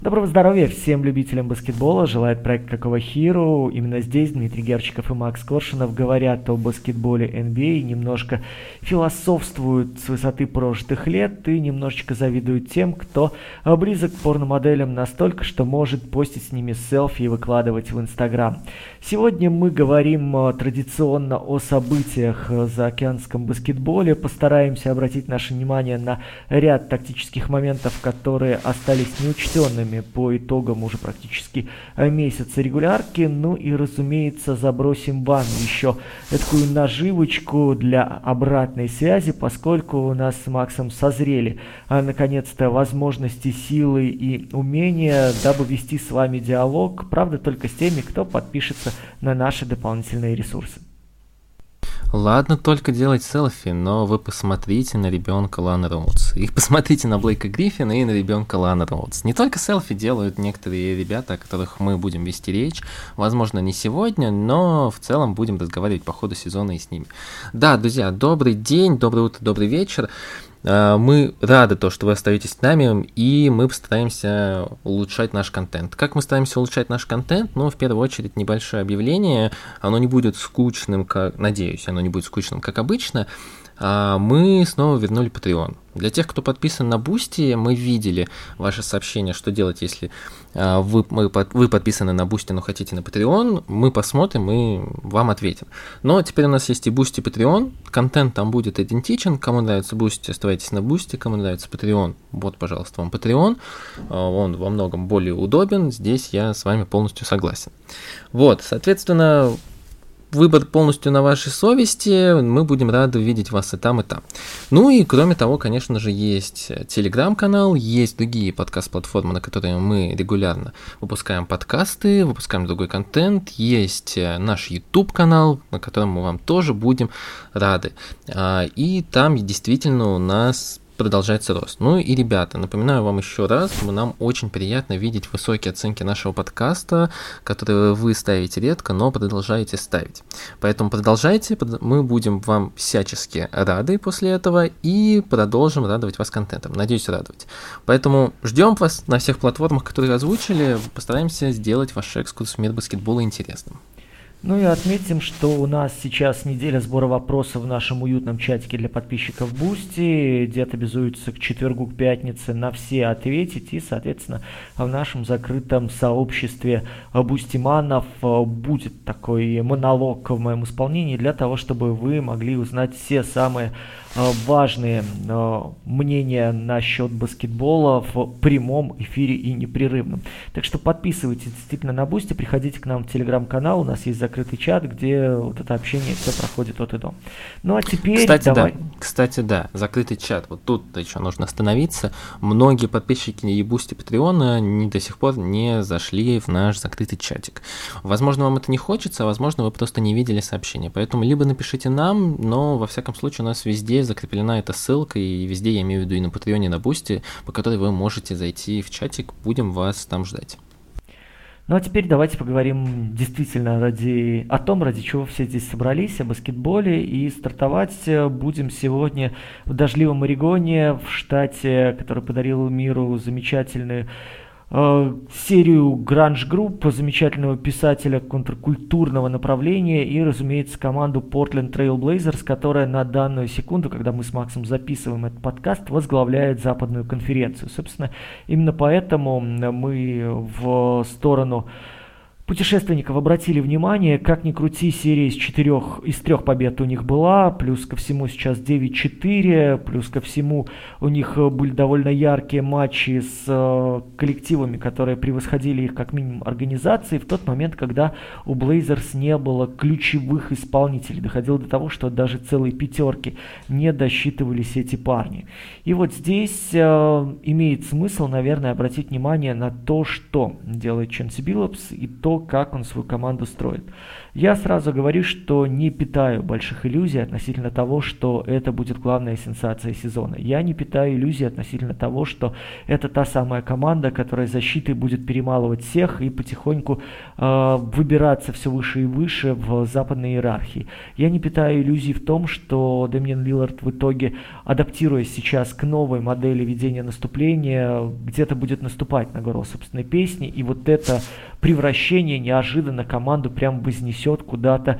Доброго здоровья всем любителям баскетбола, желает проект Какого Hero. Именно здесь Дмитрий Герчиков и Макс Коршунов говорят о баскетболе NBA, немножко философствуют с высоты прожитых лет и немножечко завидуют тем, кто близок к порномоделям настолько, что может постить с ними селфи и выкладывать в Инстаграм. Сегодня мы говорим традиционно о событиях в заокеанском баскетболе, постараемся обратить наше внимание на ряд тактических моментов, которые остались неучтенными по итогам уже практически месяца регулярки. Ну и, разумеется, забросим вам еще такую наживочку для обратной связи, поскольку у нас с Максом созрели наконец-то возможности, силы и умения, дабы вести с вами диалог, правда, только с теми, кто подпишется на наши дополнительные ресурсы. Ладно только делать селфи, но вы посмотрите на ребенка Ланы Роудс. И посмотрите на Блейка Гриффина и на ребенка Ланы Роудс. Не только селфи делают некоторые ребята, о которых мы будем вести речь. Возможно, не сегодня, но в целом будем разговаривать по ходу сезона и с ними. Да, друзья, добрый день, доброе утро, добрый вечер. Мы рады, что вы остаетесь с нами, и мы постараемся улучшать наш контент. Как мы стараемся улучшать наш контент? Ну, в первую очередь, небольшое объявление. Оно не будет скучным, надеюсь, оно не будет скучным, как обычно. Мы снова вернули Patreon. Для тех, кто подписан на Boosty, мы видели ваше сообщение, что делать, если вы подписаны на Boosty, но хотите на Patreon. Мы посмотрим и вам ответим. Но теперь у нас есть и Boosty, и Patreon. Контент там будет идентичен. Кому нравится Boosty, оставайтесь на Boosty. Кому нравится Patreon, вот, пожалуйста, вам Patreon. Он во многом более удобен. Здесь я с вами полностью согласен. Вот, соответственно, выбор полностью на вашей совести, мы будем рады видеть вас и там, и там. Ну и кроме того, конечно же, есть телеграм-канал, есть другие подкаст-платформы, на которые мы регулярно выпускаем подкасты, выпускаем другой контент, есть наш YouTube-канал, на котором мы вам тоже будем рады. И там действительно у нас продолжается рост. Ну и, ребята, напоминаю вам еще раз, нам очень приятно видеть высокие оценки нашего подкаста, которые вы ставите редко, но продолжаете ставить. Поэтому продолжайте, мы будем вам всячески рады после этого и продолжим радовать вас контентом. Надеюсь, радовать. Поэтому ждем вас на всех платформах, которые озвучили, постараемся сделать ваш экскурс в мир баскетбола интересным. Ну и отметим, что у нас сейчас неделя сбора вопросов в нашем уютном чатике для подписчиков Boosty. Дед обязуется к четвергу, к пятнице на все ответить. И, соответственно, в нашем закрытом сообществе бустиманов будет такой монолог в моем исполнении для того, чтобы вы могли узнать все самые важные мнения насчет баскетбола в прямом эфире и непрерывном. Так что подписывайтесь действительно на Boosty, приходите к нам в телеграм-канал, у нас есть закрытый чат, где вот это общение все проходит от и до. Ну а теперь Кстати, да, закрытый чат, вот тут еще нужно остановиться. Многие подписчики и Boosty, Patreon до сих пор не зашли в наш закрытый чатик. Возможно, вам это не хочется, а возможно, вы просто не видели сообщения. Поэтому либо напишите нам, но во всяком случае у нас везде закреплена эта ссылка, и везде, я имею в виду и на Patreon, и на Boosty, по которой вы можете зайти в чатик, будем вас там ждать. Ну а теперь давайте поговорим действительно о том, ради чего все здесь собрались, о баскетболе, и стартовать будем сегодня в дождливом Орегоне, в штате, который подарил миру замечательную серию гранж-групп, замечательного писателя контркультурного направления и, разумеется, команду Portland Trail Blazers, которая на данную секунду, когда мы с Максом записываем этот подкаст, возглавляет западную конференцию. Собственно, именно поэтому мы в сторону путешественников обратили внимание, как ни крути, серия из 3 побед у них была, плюс ко всему сейчас 9-4, плюс ко всему у них были довольно яркие матчи с коллективами, которые превосходили их как минимум организации в тот момент, когда у Blazers не было ключевых исполнителей. Доходило до того, что даже целые пятерки не досчитывались эти парни. И вот здесь имеет смысл, наверное, обратить внимание на то, что делает Ченси Биллапс, и то, как он свою команду строит. Я сразу говорю, что не питаю больших иллюзий относительно того, что это будет главная сенсация сезона. Я не питаю иллюзий относительно того, что это та самая команда, которая защитой будет перемалывать всех и потихоньку выбираться все выше и выше в западной иерархии. Я не питаю иллюзий в том, что Дэмиан Лиллард в итоге, адаптируясь сейчас к новой модели ведения наступления, где-то будет наступать на гору собственной песни, и вот это превращение неожиданно команду прям вознесет куда-то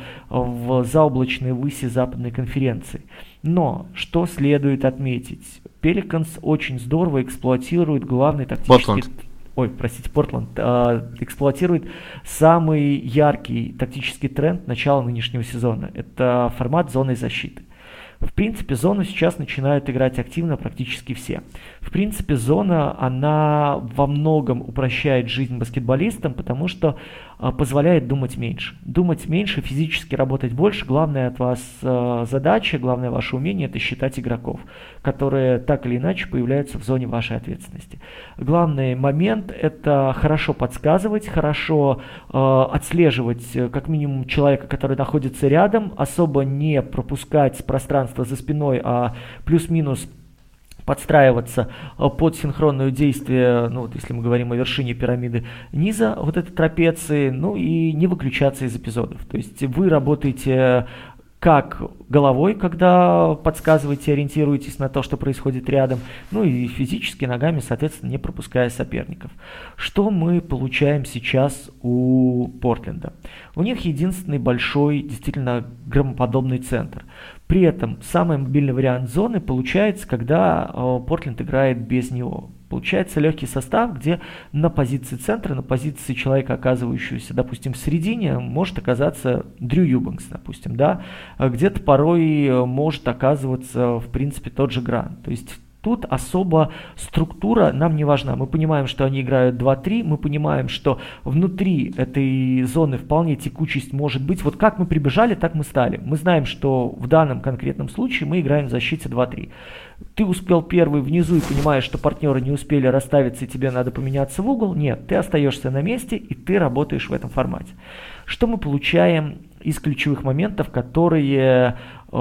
в заоблачные выси западной конференции. Но, что следует отметить, Пеликанс очень здорово эксплуатирует главный тактический... Портланд эксплуатирует самый яркий тактический тренд начала нынешнего сезона. Это формат зоны защиты. В принципе, зону сейчас начинают играть активно практически все. В принципе, зона, она во многом упрощает жизнь баскетболистам, потому что позволяет думать меньше. Думать меньше, физически работать больше. Главная от вас задача, главное ваше умение — это считать игроков, которые так или иначе появляются в зоне вашей ответственности. Главный момент — это хорошо подсказывать, хорошо отслеживать как минимум человека, который находится рядом, особо не пропускать пространство за спиной, а плюс-минус подстраиваться под синхронное действие, ну вот если мы говорим о вершине пирамиды низа вот этой трапеции, ну и не выключаться из эпизодов. То есть вы работаете как головой, когда подсказываете, ориентируетесь на то, что происходит рядом, ну и физически ногами, соответственно, не пропуская соперников. Что мы получаем сейчас у Портленда? У них единственный большой, действительно громоподобный центр. При этом самый мобильный вариант зоны получается, когда Портленд играет без него. Получается легкий состав, где на позиции центра, на позиции человека, оказывающегося, допустим, в середине, может оказаться Дрю Юбанкс, допустим, да, где-то порой может оказываться, в принципе, тот же Грант. То есть тут особо структура нам не важна. Мы понимаем, что они играют 2-3, мы понимаем, что внутри этой зоны вполне текучесть может быть. Вот как мы прибежали, так мы стали. Мы знаем, что в данном конкретном случае мы играем в защите 2-3. Ты успел первый внизу и понимаешь, что партнеры не успели расставиться и тебе надо поменяться в угол. Нет, ты остаешься на месте и ты работаешь в этом формате. Что мы получаем из ключевых моментов, которые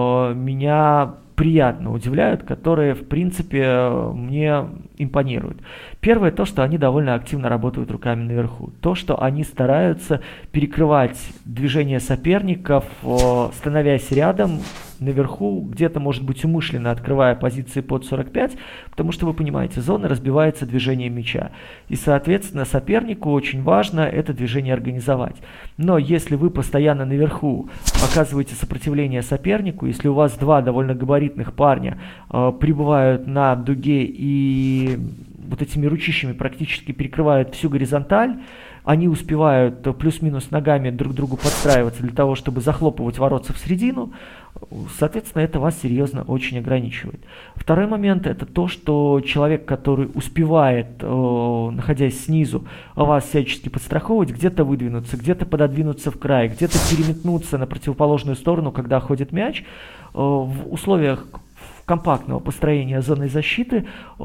меня приятно удивляют, которые, в принципе, мне импонируют. Первое, то, что они довольно активно работают руками наверху. То, что они стараются перекрывать движение соперников, становясь рядом, наверху, где-то, может быть, умышленно открывая позиции под 45, потому что, вы понимаете, зона разбивается движением мяча. И, соответственно, сопернику очень важно это движение организовать. Но если вы постоянно наверху оказываете сопротивление сопернику, если у вас два довольно габаритных парня прибывают на дуге и вот этими ручищами практически перекрывают всю горизонталь, они успевают плюс-минус ногами друг к другу подстраиваться для того, чтобы захлопывать воротца в середину, соответственно, это вас серьезно очень ограничивает. Второй момент — это то, что человек, который успевает, находясь снизу, вас всячески подстраховывать, где-то выдвинуться, где-то пододвинуться в край, где-то переметнуться на противоположную сторону, когда ходит мяч, в условиях компактного построения зоны защиты,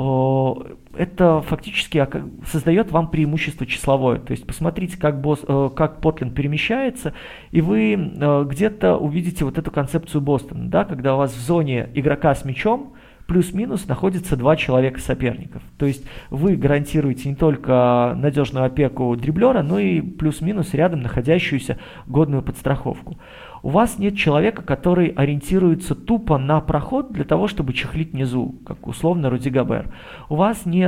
это фактически создает вам преимущество числовое. То есть посмотрите, как Портленд перемещается, и вы где-то увидите вот эту концепцию Бостона, да, когда у вас в зоне игрока с мячом плюс-минус находится два человека соперников. То есть вы гарантируете не только надежную опеку дриблера, но и плюс-минус рядом находящуюся годную подстраховку. У вас нет человека, который ориентируется тупо на проход для того, чтобы чехлить внизу, как условно Руди Гобер. У вас нет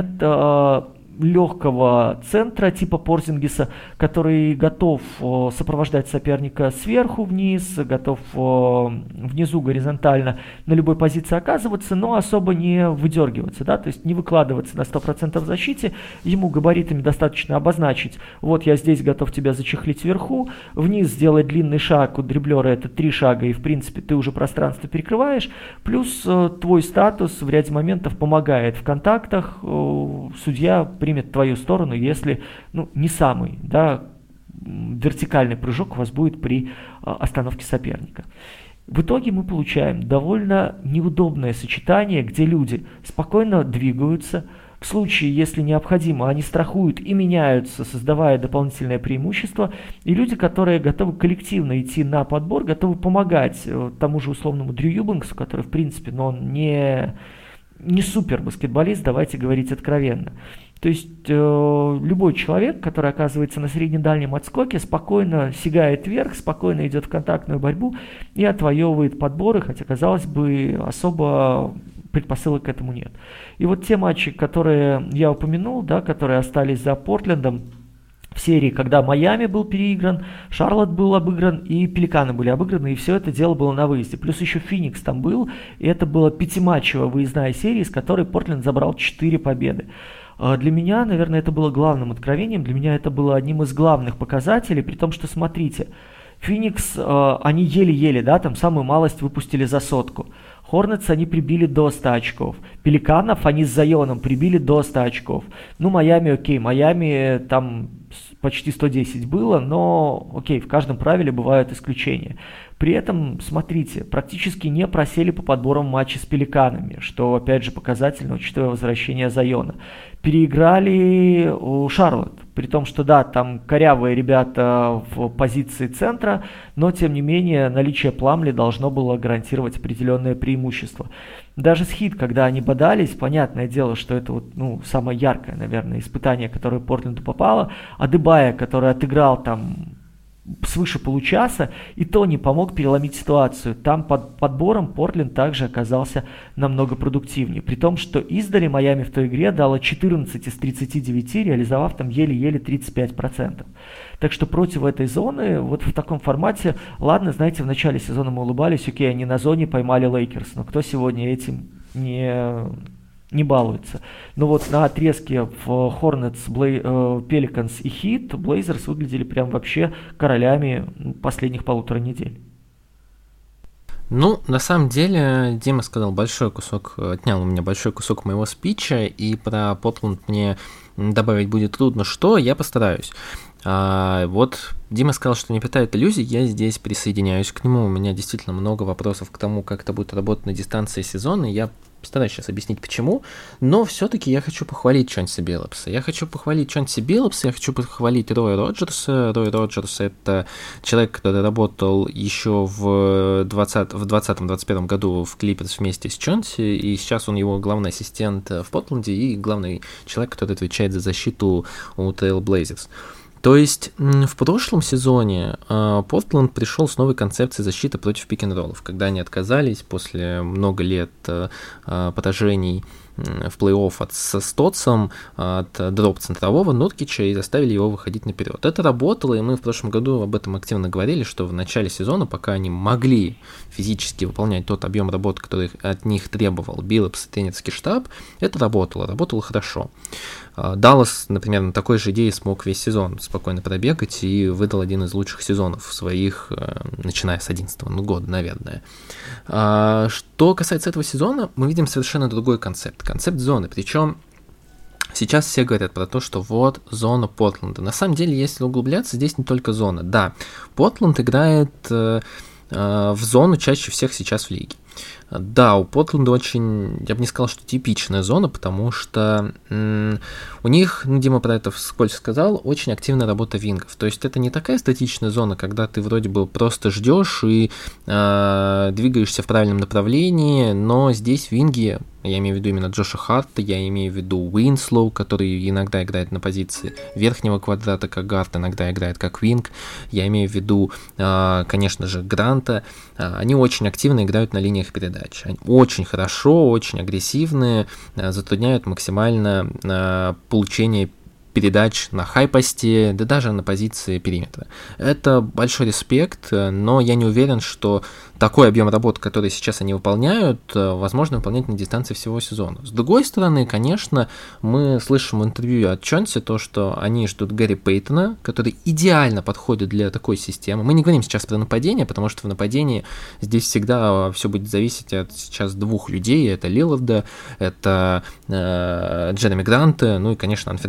легкого центра типа Порзингиса, который готов сопровождать соперника сверху вниз, готов внизу горизонтально на любой позиции оказываться, но особо не выдергиваться, да, то есть не выкладываться на 100% в защите, ему габаритами достаточно обозначить: вот я здесь готов тебя зачехлить вверху, вниз сделать длинный шаг, у дриблера это 3 шага, и в принципе ты уже пространство перекрываешь, плюс твой статус в ряде моментов помогает в контактах, судья примет твою сторону, если не самый, да, вертикальный прыжок у вас будет при остановке соперника. В итоге мы получаем довольно неудобное сочетание, где люди спокойно двигаются, В случае, если необходимо, они страхуют и меняются, создавая дополнительное преимущество. И люди, которые готовы коллективно идти на подбор, готовы помогать тому же условному Дрю Юбанксу, который, в принципе, но он не супер баскетболист, давайте говорить откровенно. То есть любой человек, который оказывается на средне-дальнем отскоке, спокойно сигает вверх, спокойно идет в контактную борьбу и отвоевывает подборы, хотя, казалось бы, особо предпосылок к этому нет. И вот те матчи, которые я упомянул, да, которые остались за Портлендом, в серии, когда Майами был переигран, Шарлотт был обыгран и Пеликаны были обыграны, и все это дело было на выезде. Плюс еще Феникс там был, и это была пятиматчевая выездная серия, из которой Портленд забрал 4 победы. Для меня, наверное, это было главным откровением, для меня это было одним из главных показателей, при том, что, смотрите, Феникс, они еле-еле, да, там самую малость выпустили за 100. Хорнетс они прибили до 100 очков. Пеликанов они с Зайоном прибили до 100 очков. Ну, Майами, окей, Майами там почти 110 было, но, окей, в каждом правиле бывают исключения. При этом, смотрите, практически не просели по подборам матча с Пеликанами, что, опять же, показательно, учитывая возвращение Зайона. Переиграли у Шарлотт, при том, что, да, там корявые ребята в позиции центра, но, тем не менее, наличие Пламли должно было гарантировать определенное преимущество. Даже с Хит, когда они бодались, понятное дело, что это вот, ну, самое яркое, наверное, испытание, которое Портленду попало. Адебайо, который отыграл там свыше получаса, и то не помог переломить ситуацию. Там под подбором Портленд также оказался намного продуктивнее. При том, что издали Майами в той игре дало 14 из 39, реализовав там еле-еле 35%. Так что против этой зоны, вот в таком формате, ладно, знаете, в начале сезона мы улыбались, окей, они на зоне поймали Лейкерс, но кто сегодня этим не балуется. Но вот на отрезке в Hornets, Pelicans и Heat Blazers выглядели прям вообще королями последних 1,5 недели. Ну, на самом деле, Дима сказал отнял у меня большой кусок моего спича, и про Портленд мне добавить будет трудно, что я постараюсь. Вот Дима сказал, что не питает иллюзий, я здесь присоединяюсь к нему. У меня действительно много вопросов к тому, как это будет работать на дистанции сезона, и я постараюсь сейчас объяснить, почему, но все-таки я хочу похвалить Чонси Биллупса. Я хочу похвалить Роя Роджерса. Рой Роджерс — это человек, который работал еще в 2020-2021 году в Клиперс вместе с Чонси, и сейчас он его главный ассистент в Портленде и главный человек, который отвечает за защиту у Трейл Блейзерс. То есть в прошлом сезоне Портленд пришел с новой концепцией защиты против пик-н-роллов, когда они отказались после много лет поражений в плей-офф со Стоцем от дроп центрового Нуркича и заставили его выходить наперед. Это работало, и мы в прошлом году об этом активно говорили, что в начале сезона, пока они могли физически выполнять тот объем работы, который от них требовал Биллупс и тренерский штаб, это работало хорошо. Даллас, например, на такой же идее смог весь сезон спокойно пробегать и выдал один из лучших сезонов своих, начиная с 2011 года, наверное. Что касается этого сезона, мы видим совершенно другой концепт зоны, причем сейчас все говорят про то, что вот зона Портленда. На самом деле, если углубляться, здесь не только зона. Да, Портленд играет в зону чаще всех сейчас в лиге. Да, у Портленда очень, я бы не сказал, что типичная зона, потому что у них, Дима про это вскользь сказал, очень активная работа вингов. То есть это не такая статичная зона, когда ты вроде бы просто ждешь и двигаешься в правильном направлении, но здесь винги, я имею в виду именно Джоша Харта, я имею в виду Уинслоу, который иногда играет на позиции верхнего квадрата как гард, иногда играет как винг, я имею в виду, конечно же, Гранта, они очень активно играют на линиях передач. Они очень хорошо, очень агрессивные, затрудняют максимально получение передач на хай-посте, да даже на позиции периметра. Это большой респект, но я не уверен, что такой объем работы, который сейчас они выполняют, возможно выполнять на дистанции всего сезона. С другой стороны, конечно, мы слышим в интервью от Чонси то, что они ждут Гэри Пейтона, который идеально подходит для такой системы. Мы не говорим сейчас про нападение, потому что в нападении здесь всегда все будет зависеть от сейчас двух людей. Это Лилларда, это Джереми Гранта, ну и, конечно, Анферни Саймонса.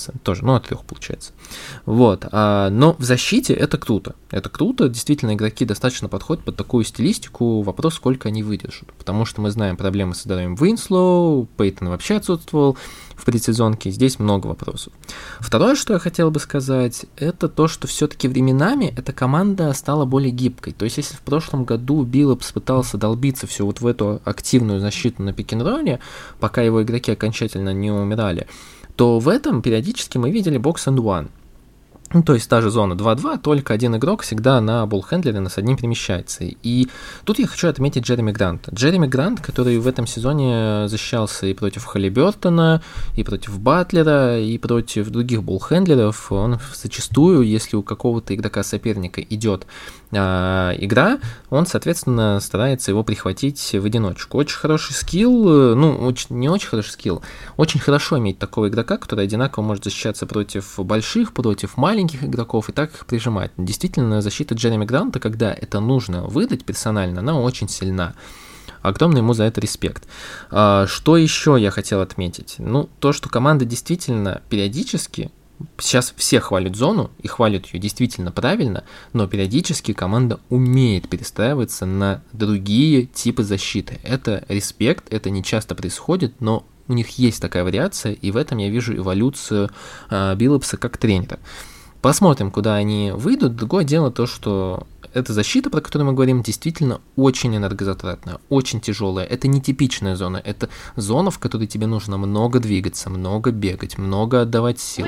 получается. Тоже, от 3 получается. Вот. Но в защите это круто. Это круто. Действительно, игроки достаточно подходят под такую стилистику. Вопрос, сколько они выдержат. Потому что мы знаем проблемы со здоровьем Уинслоу, Пейтон вообще отсутствовал в предсезонке. Здесь много вопросов. Второе, что я хотел бы сказать, это то, что все-таки временами эта команда стала более гибкой. То есть, если в прошлом году Биллапс пытался долбиться все вот в эту активную защиту на пик-н-ролле, пока его игроки окончательно не умирали, то в этом периодически мы видели box and one. То есть та же зона 2-2, только один игрок всегда на болл-хендлере с одним перемещается. И тут я хочу отметить Джереми Гранта. Джереми Грант, который в этом сезоне защищался и против Халибертона, и против Батлера, и против других болл-хендлеров, он зачастую, если у какого-то игрока-соперника идет игра, он, соответственно, старается его прихватить в одиночку. Очень хороший скилл, не очень хороший скилл, очень хорошо иметь такого игрока, который одинаково может защищаться против больших, против маленьких игроков и так их прижимать. Действительно, защита Джереми Гранта, когда это нужно выдать персонально, она очень сильна. Огромный ему за это респект. Что еще я хотел отметить? То, что команда действительно периодически, сейчас все хвалят зону, и хвалят ее действительно правильно, но периодически команда умеет перестраиваться на другие типы защиты. Это респект, это не часто происходит, но у них есть такая вариация, и в этом я вижу эволюцию Биллапса как тренера. Посмотрим, куда они выйдут. Другое дело то, что эта защита, про которую мы говорим, действительно очень энергозатратная, очень тяжелая. Это не типичная зона, это зона, в которой тебе нужно много двигаться, много бегать, много отдавать сил.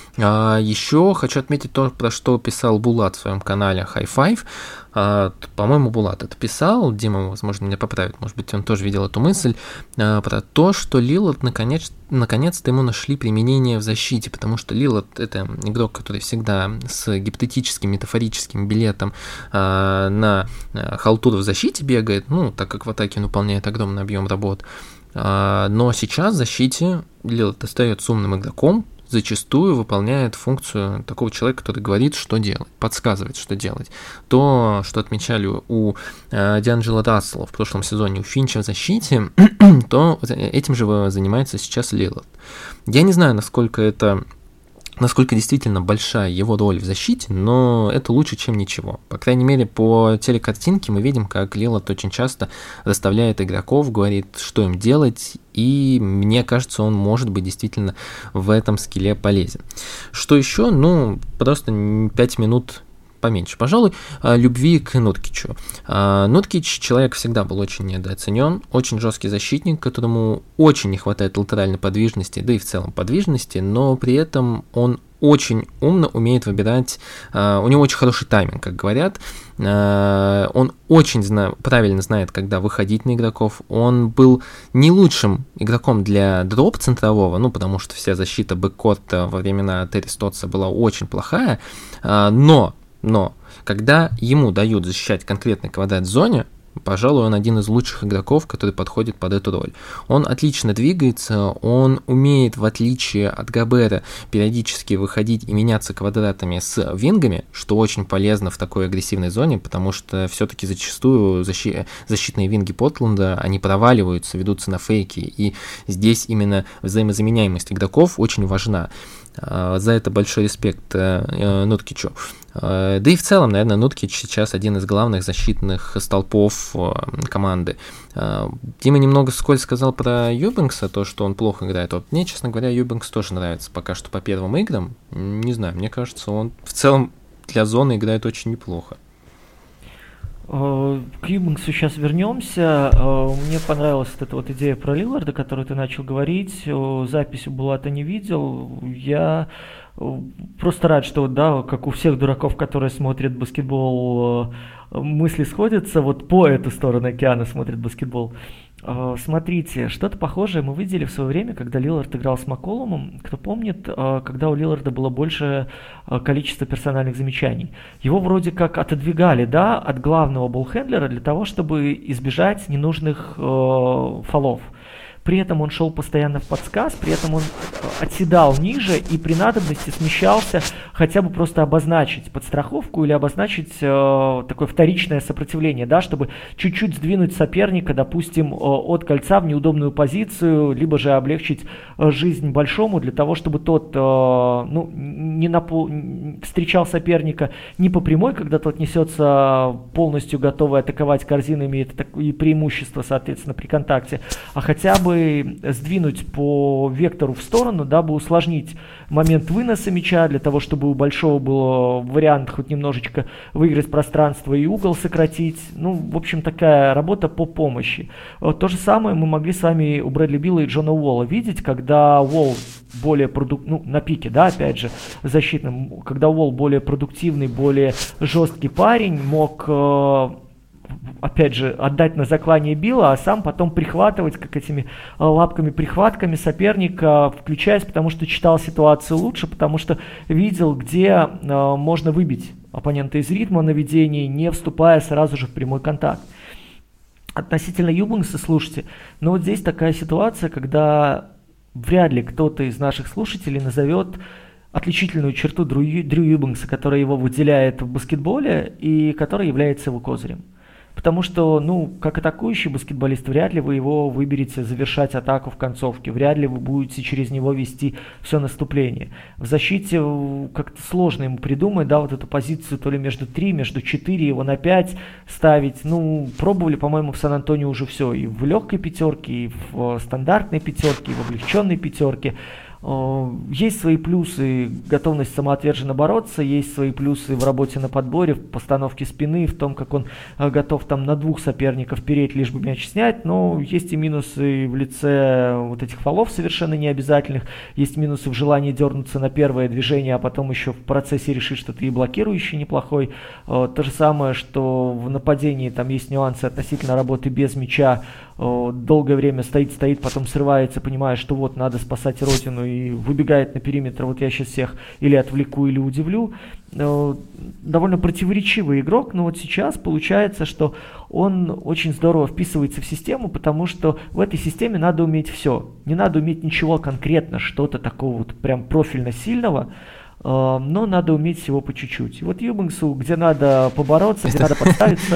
Еще хочу отметить то, про что писал Булат в своем канале High Five. По-моему, Булат это писал, Дима, возможно, меня поправит, может быть, он тоже видел эту мысль, про то, что Лилард наконец-то ему нашли применение в защите, потому что Лилард — это игрок, который всегда с гипотетическим, метафорическим билетом на халтуру в защите бегает, так как в атаке он выполняет огромный объем работ. Но сейчас в защите Лилард остается умным игроком, зачастую выполняет функцию такого человека, который говорит, что делать, подсказывает, что делать. То, что отмечали у Дианджело Рассела в прошлом сезоне у Финча в защите, то этим же занимается сейчас Лилард. Я не знаю, насколько действительно большая его роль в защите, но это лучше, чем ничего. По крайней мере, по телекартинке мы видим, как Лилард очень часто расставляет игроков, говорит, что им делать, и мне кажется, он может быть действительно в этом скилле полезен. Что еще? Просто 5 минут поменьше, пожалуй, любви к Нуркичу. Нуркич человек всегда был очень недооценен, очень жесткий защитник, которому очень не хватает латеральной подвижности, да и в целом подвижности, но при этом он очень умно умеет выбирать, у него очень хороший тайминг, как говорят, он очень правильно знает, когда выходить на игроков, он был не лучшим игроком для дроп-центрового, потому что вся защита бэккорта во времена Терри Стотса была очень плохая, но когда ему дают защищать конкретный квадрат в зоне, пожалуй, он один из лучших игроков, который подходит под эту роль. Он отлично двигается, он умеет, в отличие от Гобера, периодически выходить и меняться квадратами с вингами, что очень полезно в такой агрессивной зоне, потому что все-таки зачастую защитные винги Портленда, они проваливаются, ведутся на фейки, и здесь именно взаимозаменяемость игроков очень важна. За это большой респект Нуркичу. Да и в целом, наверное, Нуркич сейчас один из главных защитных столпов команды. Дима немного вскользь сказал про Юбенкса, то, что он плохо играет. Вот мне, честно говоря, Юбенкс тоже нравится пока что по первым играм. Не знаю, мне кажется, он в целом для зоны играет очень неплохо. К Юбенксу сейчас вернемся. Мне понравилась эта идея про Лиларда, о которой ты начал говорить. Запись у Булата не видел. Я просто рад, что, как у всех дураков, которые смотрят баскетбол, мысли сходятся, по эту сторону океана смотрят баскетбол. Смотрите, что-то похожее мы видели в свое время, когда Лилард играл с Макколумом. Кто помнит, когда у Лиларда было большее количество персональных замечаний. Его вроде как отодвигали, от главного болл-хендлера для того, чтобы избежать ненужных фолов. при этом он шел постоянно в подсказ, при этом он отседал ниже и при надобности смещался хотя бы просто обозначить подстраховку или обозначить такое вторичное сопротивление, да, чтобы чуть-чуть сдвинуть соперника, допустим, от кольца в неудобную позицию, либо же облегчить жизнь большому для того, чтобы тот встречал соперника не по прямой, когда тот несется полностью готовый атаковать, корзину имеет и преимущество, соответственно, при контакте, а хотя бы сдвинуть по вектору в сторону, дабы усложнить момент выноса мяча, для того, чтобы у большого был вариант хоть немножечко выиграть пространство и угол сократить. Ну, в общем, такая работа по помощи. То же самое мы могли с вами у Брэдли Билла и Джона Уолла видеть, когда Уолл более на пике, да, опять же, защитным, когда Уолл более продуктивный, более жесткий парень, мог опять же, отдать на заклание Билла, а сам потом прихватывать, как этими лапками-прихватками соперника, включаясь, потому что читал ситуацию лучше, потому что видел, где можно выбить оппонента из ритма наведений, не вступая сразу же в прямой контакт. Относительно Юбанкса, слушайте, но вот здесь такая ситуация, когда вряд ли кто-то из наших слушателей назовет отличительную черту Дрю Юбанкса, которая его выделяет в баскетболе и которая является его козырем. Потому что, как атакующий баскетболист, вряд ли вы его выберете завершать атаку в концовке, вряд ли вы будете через него вести все наступление. В защите как-то сложно ему придумать, да, вот эту позицию то ли между 3, между 4, его на 5 ставить. Пробовали, по-моему, в Сан-Антонио уже все, и в легкой пятерке, и в стандартной пятерке, и в облегченной пятерке. Есть свои плюсы, готовность самоотверженно бороться, есть свои плюсы в работе на подборе, в постановке спины, в том, как он готов там на 2 соперников переть, лишь бы мяч снять, но есть и минусы в лице вот этих фолов совершенно необязательных, есть минусы в желании дернуться на первое движение, а потом еще в процессе решить, что ты и блокирующий неплохой. То же самое, что в нападении там есть нюансы относительно работы без мяча, долгое время стоит, потом срывается, понимая, что вот надо спасать родину и выбегает на периметр, вот я сейчас всех или отвлеку, или удивлю. Довольно противоречивый игрок, но вот сейчас получается, что он очень здорово вписывается в систему, потому что в этой системе надо уметь все. Не надо уметь ничего конкретно, что-то такого вот прям профильно сильного, но надо уметь всего по чуть-чуть. И вот Юбанксу, где надо побороться, где надо подставиться.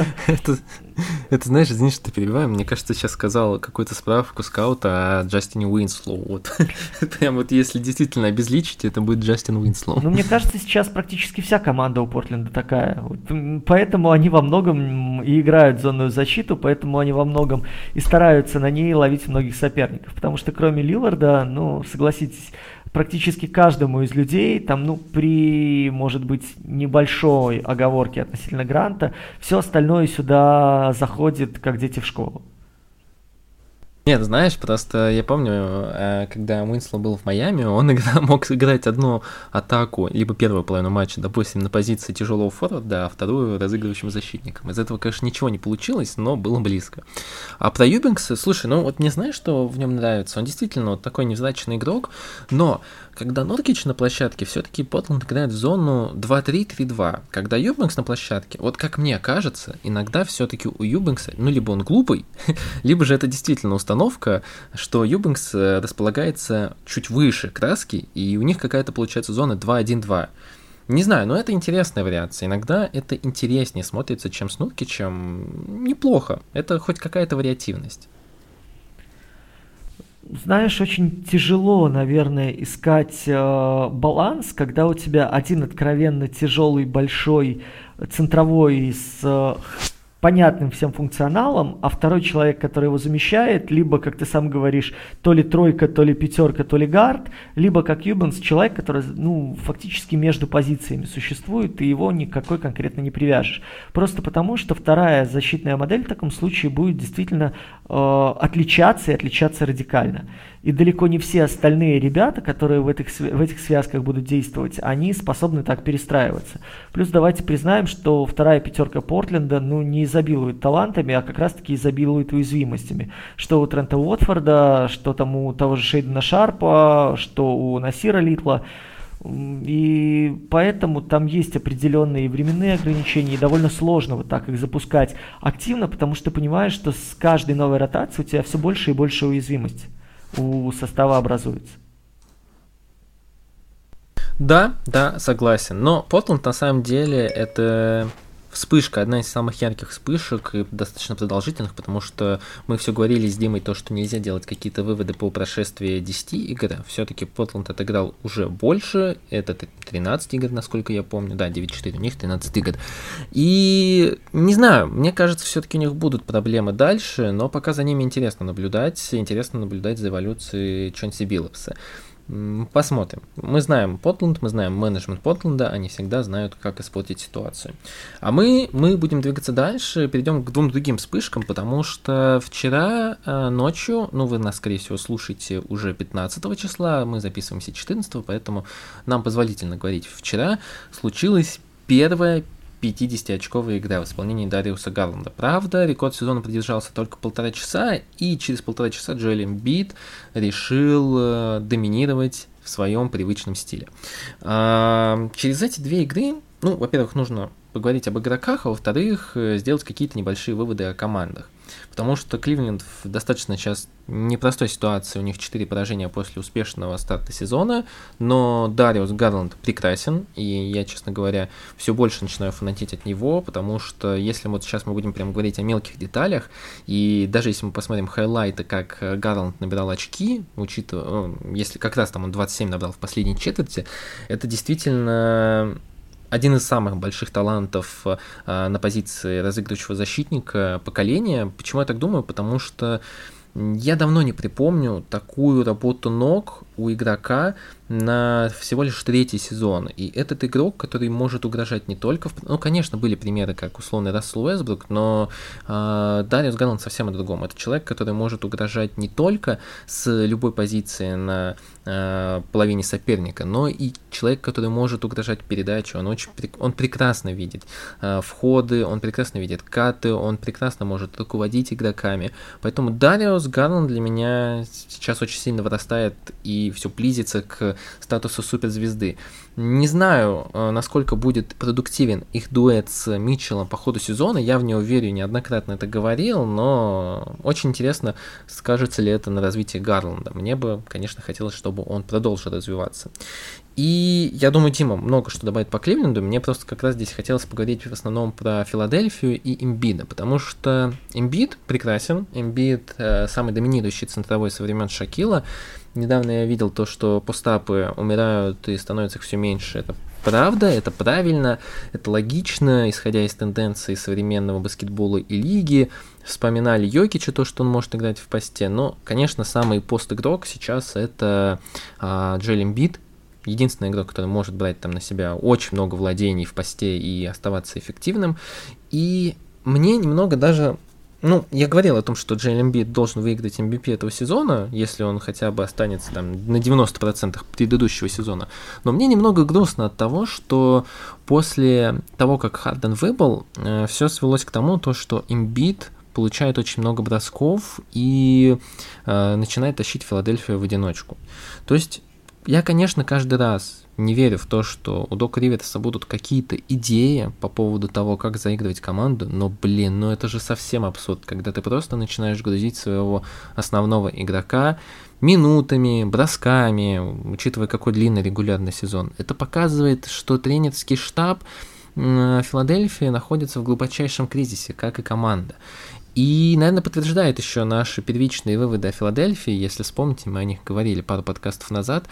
Это, знаешь, извини, что ты перебиваю, мне кажется, сейчас сказал какую-то справку скаута о Джастине Уинслоу. Вот. Прям вот если действительно обезличить, это будет Джастин Уинслоу. Мне кажется, сейчас практически вся команда у Портленда такая. Вот, поэтому они во многом и играют зонную защиту, поэтому они во многом и стараются на ней ловить многих соперников. Потому что кроме Лилларда, согласитесь, практически каждому из людей, там, при, может быть, небольшой оговорке относительно Гранта, все остальное сюда заходит, как дети в школу. Нет, знаешь, просто я помню, когда Уинслоу был в Майами, он мог играть одну атаку, либо первую половину матча, допустим, на позиции тяжелого форварда, а вторую разыгрывающим защитником. Из этого, конечно, ничего не получилось, но было близко. А про Юбанкса, слушай, вот мне знаешь, что в нем нравится? Он действительно вот такой невзрачный игрок, но когда Нуркич на площадке, все-таки Портленд играет в зону 2-3-3-2. Когда Юбанкс на площадке, вот как мне кажется, иногда все-таки у Юбанкса, либо он глупый, либо же это действительно установка, что Юбанкс располагается чуть выше краски, и у них какая-то получается зона 2-1-2. Не знаю, но это интересная вариация. Иногда это интереснее смотрится, чем с Нуркичем. Неплохо. Это хоть какая-то вариативность. Знаешь, очень тяжело, наверное, искать баланс, когда у тебя один откровенно тяжелый, большой, центровой с понятным всем функционалом, а второй человек, который его замещает, либо, как ты сам говоришь, то ли тройка, то ли пятерка, то ли гард, либо, как Юбанкс, человек, который, фактически между позициями существует, и его никакой конкретно не привяжешь. Просто потому, что вторая защитная модель в таком случае будет действительно отличаться и отличаться радикально. И далеко не все остальные ребята, которые в этих связках будут действовать, они способны так перестраиваться. Плюс давайте признаем, что вторая пятерка Портленда не изобилует талантами, а как раз-таки изобилует уязвимостями. Что у Трента Уотфорда, что там у того же Шейдена Шарпа, что у Насира Литла. И поэтому там есть определенные временные ограничения, и довольно сложно вот так их запускать активно, потому что ты понимаешь, что с каждой новой ротацией у тебя все больше и больше уязвимости. у состава образуется. Да, согласен. Но Портланд на самом деле это вспышка, одна из самых ярких вспышек и достаточно продолжительных, потому что мы все говорили с Димой то, что нельзя делать какие-то выводы по прошествии 10 игр. Все-таки Портланд отыграл уже больше, это 13 игр, насколько я помню, да, 9-4, у них 13 игр. И не знаю, мне кажется, все-таки у них будут проблемы дальше, но пока за ними интересно наблюдать за эволюцией Чонси Биллопса. Посмотрим. Мы знаем Портланд, мы знаем менеджмент Портленда, они всегда знают, как испортить ситуацию. А мы будем двигаться дальше, перейдем к двум другим вспышкам, потому что вчера ночью, вы нас, скорее всего, слушаете уже 15 числа, мы записываемся 14, поэтому нам позволительно говорить, вчера случилась первая 50-очковая игра в исполнении Дариуса Гарланда. Правда, рекорд сезона продержался только 1,5 часа, и через 1,5 часа Джоэл Эмбид решил доминировать в своем привычном стиле. Через эти две игры, во-первых, нужно поговорить об игроках, а во-вторых, сделать какие-то небольшие выводы о командах. Потому что Кливленд в достаточно сейчас непростой ситуации, у них 4 поражения после успешного старта сезона, но Дариус Гарланд прекрасен, и я, честно говоря, все больше начинаю фанатеть от него, потому что если вот сейчас мы будем прям говорить о мелких деталях, и даже если мы посмотрим хайлайты, как Гарланд набирал очки, учитывая, если как раз там он 27 набрал в последней четверти, это действительно один из самых больших талантов на позиции разыгрывающего защитника поколения. Почему я так думаю? Потому что я давно не припомню такую работу ног у игрока на всего лишь 3-й сезон. И этот игрок, который может угрожать не только... конечно, были примеры, как условный Рассел Уэсбрук, но Дариус Гарланд совсем о другом. Это человек, который может угрожать не только с любой позиции на половине соперника, но и человек, который может угрожать передачу. Он прекрасно видит входы, он прекрасно видит каты, он прекрасно может руководить игроками. Поэтому Дариус Гарланд для меня сейчас очень сильно вырастает и все близится к статусу суперзвезды. Не знаю, насколько будет продуктивен их дуэт с Митчеллом по ходу сезона, я в него верю, неоднократно это говорил, но очень интересно, скажется ли это на развитии Гарланда. Мне бы, конечно, хотелось, чтобы он продолжил развиваться. И я думаю, Дима много что добавит по Кливленду, мне просто как раз здесь хотелось поговорить в основном про Филадельфию и Эмбида, потому что Эмбид прекрасен, Эмбид самый доминирующий центровой со времен Шакила. Недавно я видел то, что постапы умирают и становятся их все меньше. Это правда, это правильно, это логично, исходя из тенденций современного баскетбола и лиги. Вспоминали Йокича, то, что он может играть в посте, но, конечно, самый пост-игрок сейчас это Джоэл Эмбид. Единственный игрок, который может брать там на себя очень много владений в посте и оставаться эффективным. И мне немного даже... я говорил о том, что Джоэл Эмбид должен выиграть MVP этого сезона, если он хотя бы останется там на 90% предыдущего сезона. Но мне немного грустно от того, что после того, как Харден выбыл, все свелось к тому, что Эмбид получает очень много бросков и начинает тащить Филадельфию в одиночку. То есть я, конечно, каждый раз не верю в то, что у Дока Риверса будут какие-то идеи по поводу того, как заигрывать команду, но, это же совсем абсурд, когда ты просто начинаешь грузить своего основного игрока минутами, бросками, учитывая, какой длинный регулярный сезон. Это показывает, что тренерский штаб Филадельфии находится в глубочайшем кризисе, как и команда. И, наверное, подтверждает еще наши первичные выводы о Филадельфии, если вспомните, мы о них говорили пару подкастов назад,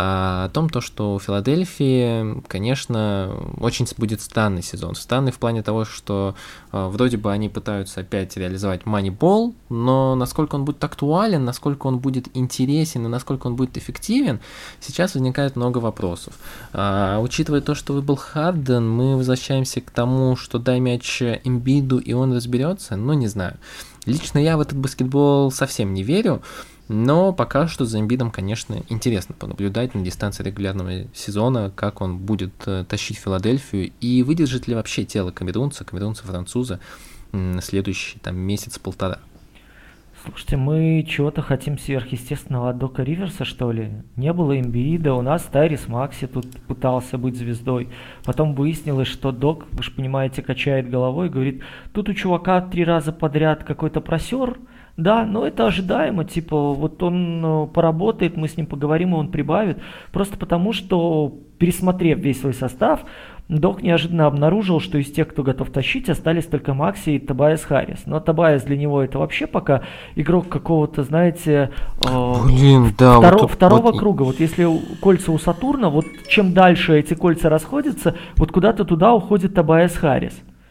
о том, что у Филадельфии, конечно, очень будет странный сезон. Странный в плане того, что вроде бы они пытаются опять реализовать Moneyball, но насколько он будет актуален, насколько он будет интересен и насколько он будет эффективен, сейчас возникает много вопросов. Учитывая то, что выбыл Харден, мы возвращаемся к тому, что дай мяч Эмбиду, и он разберется, не знаю. Лично я в этот баскетбол совсем не верю, но пока что за Эмбидом, конечно, интересно понаблюдать на дистанции регулярного сезона, как он будет тащить Филадельфию и выдержит ли вообще тело камерунца-француза следующий месяц-полтора. Слушайте, мы чего-то хотим сверхъестественного от Дока Риверса, что ли? Не было Эмбиида, у нас Тайрис Макси тут пытался быть звездой. Потом выяснилось, что Док, вы же понимаете, качает головой и говорит, тут у чувака 3 раза подряд какой-то просер, Да, но это ожидаемо, типа, вот он поработает, мы с ним поговорим, и он прибавит, просто потому что, пересмотрев весь свой состав, Док неожиданно обнаружил, что из тех, кто готов тащить, остались только Макси и Тобайас Харрис. Но Тобайас для него это вообще пока игрок какого-то, знаете, Блин, да, второго круга. Вот если кольца у Сатурна, вот чем дальше эти кольца расходятся, вот куда-то туда уходит Тобайас Харрис.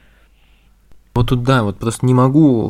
Вот тут, да, вот просто не могу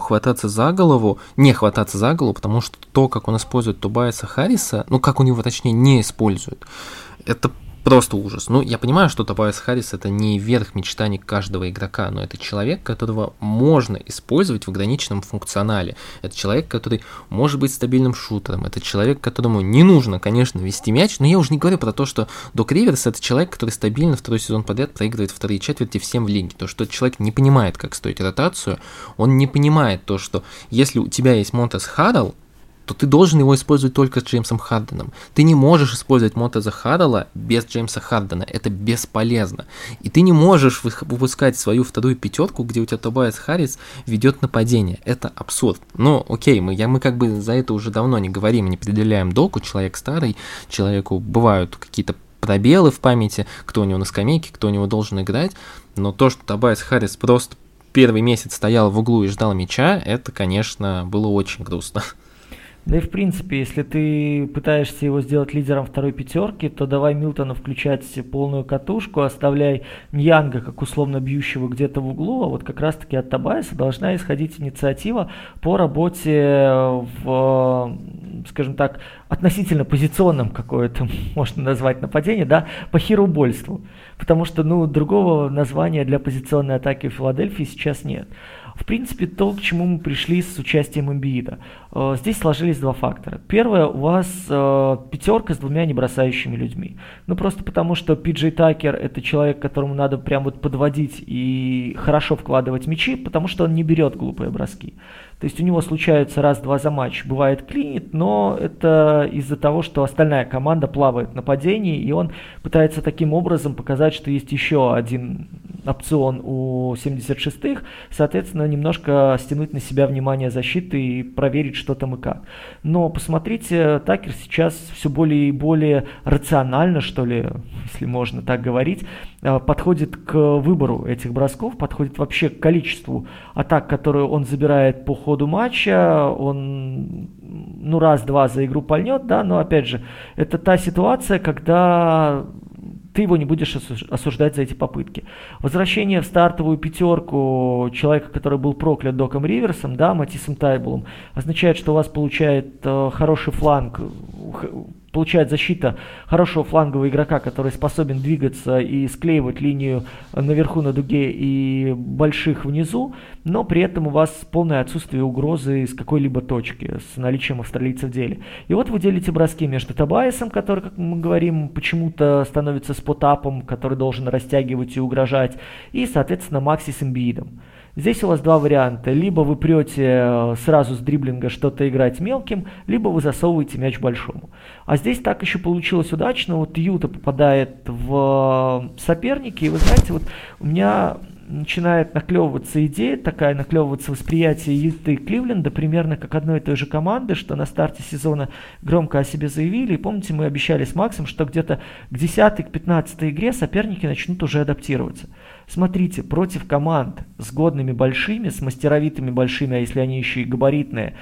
не хвататься за голову, потому что то, как он использует Тобайаса Харриса, ну, как он его, точнее, не использует, это просто ужас. Ну, я понимаю, что Тобайас Харрис — это не верх мечтаний каждого игрока, но это человек, которого можно использовать в ограниченном функционале. Это человек, который может быть стабильным шутером. Это человек, которому не нужно, конечно, вести мяч, но я уже не говорю про то, что Док Риверс — это человек, который стабильно второй сезон подряд проигрывает вторые четверти всем в лиге. То, что этот человек не понимает, как строить ротацию, он не понимает то, что если у тебя есть Монтез Харрелл, то ты должен его использовать только с Джеймсом Харденом. Ты не можешь использовать Монтеза Харрелла без Джеймса Хардена. Это бесполезно. И ты не можешь выпускать свою вторую пятерку, где у тебя Тобайас Харрис ведет нападение. Это абсурд. Но окей, мы как бы за это уже давно не говорим, не определяем Доку. Человек старый, человеку бывают какие-то пробелы в памяти, кто у него на скамейке, кто у него должен играть. Но то, что Тобайас Харрис просто первый месяц стоял в углу и ждал мяча, это, конечно, было очень грустно. Да и в принципе, если ты пытаешься его сделать лидером второй пятерки, то давай Милтона включать полную катушку, оставляй Ньянга как условно бьющего где-то в углу, а вот как раз-таки от Тобайаса должна исходить инициатива по работе в, скажем так, относительно позиционном какое-то, можно назвать нападение, да, по хироубольству. Потому что, другого названия для позиционной атаки в Филадельфии сейчас нет. В принципе, то, к чему мы пришли с участием Эмбиида. Здесь сложились два фактора. Первое, у вас пятерка с двумя небросающими людьми. Просто потому, что Пи-Джей Такер — это человек, которому надо прям вот подводить и хорошо вкладывать мячи, потому что он не берет глупые броски. То есть у него случаются раз-два за матч, бывает клинит, но это из-за того, что остальная команда плавает в нападении, и он пытается таким образом показать, что есть еще один опцион у 76-х, соответственно, немножко стянуть на себя внимание защиты и проверить, что там и как. Но посмотрите, Такер сейчас все более и более рационально, что ли, если можно так говорить, подходит к выбору этих бросков, подходит вообще к количеству атак, которые он забирает по ходу матча. Он раз-два за игру пальнет, да, но опять же, это та ситуация, когда ты его не будешь осуждать за эти попытки. Возвращение в стартовую пятерку человека, который был проклят Доком Риверсом, да, Матисом Тайбулом, означает, что у вас получает хороший фланг, получает защита хорошего флангового игрока, который способен двигаться и склеивать линию наверху на дуге и больших внизу, но при этом у вас полное отсутствие угрозы с какой-либо точки, с наличием австралийца в деле. И вот вы делите броски между Тобайасом, который, как мы говорим, почему-то становится спотапом, который должен растягивать и угрожать, и, соответственно, Макси с Эмбиидом. Здесь у вас два варианта. Либо вы прете сразу с дриблинга что-то играть мелким, либо вы засовываете мяч большому. А здесь так еще получилось удачно. Вот Юта попадает в соперники. И вы знаете, вот у меня начинает наклевываться идея, наклевываться восприятие Юты и Кливленда примерно как одной и той же команды, что на старте сезона громко о себе заявили. И помните, мы обещали с Максом, что где-то к 10-й, к 15-й игре соперники начнут уже адаптироваться. Смотрите, против команд с годными большими, с мастеровитыми большими, а если они еще и габаритные,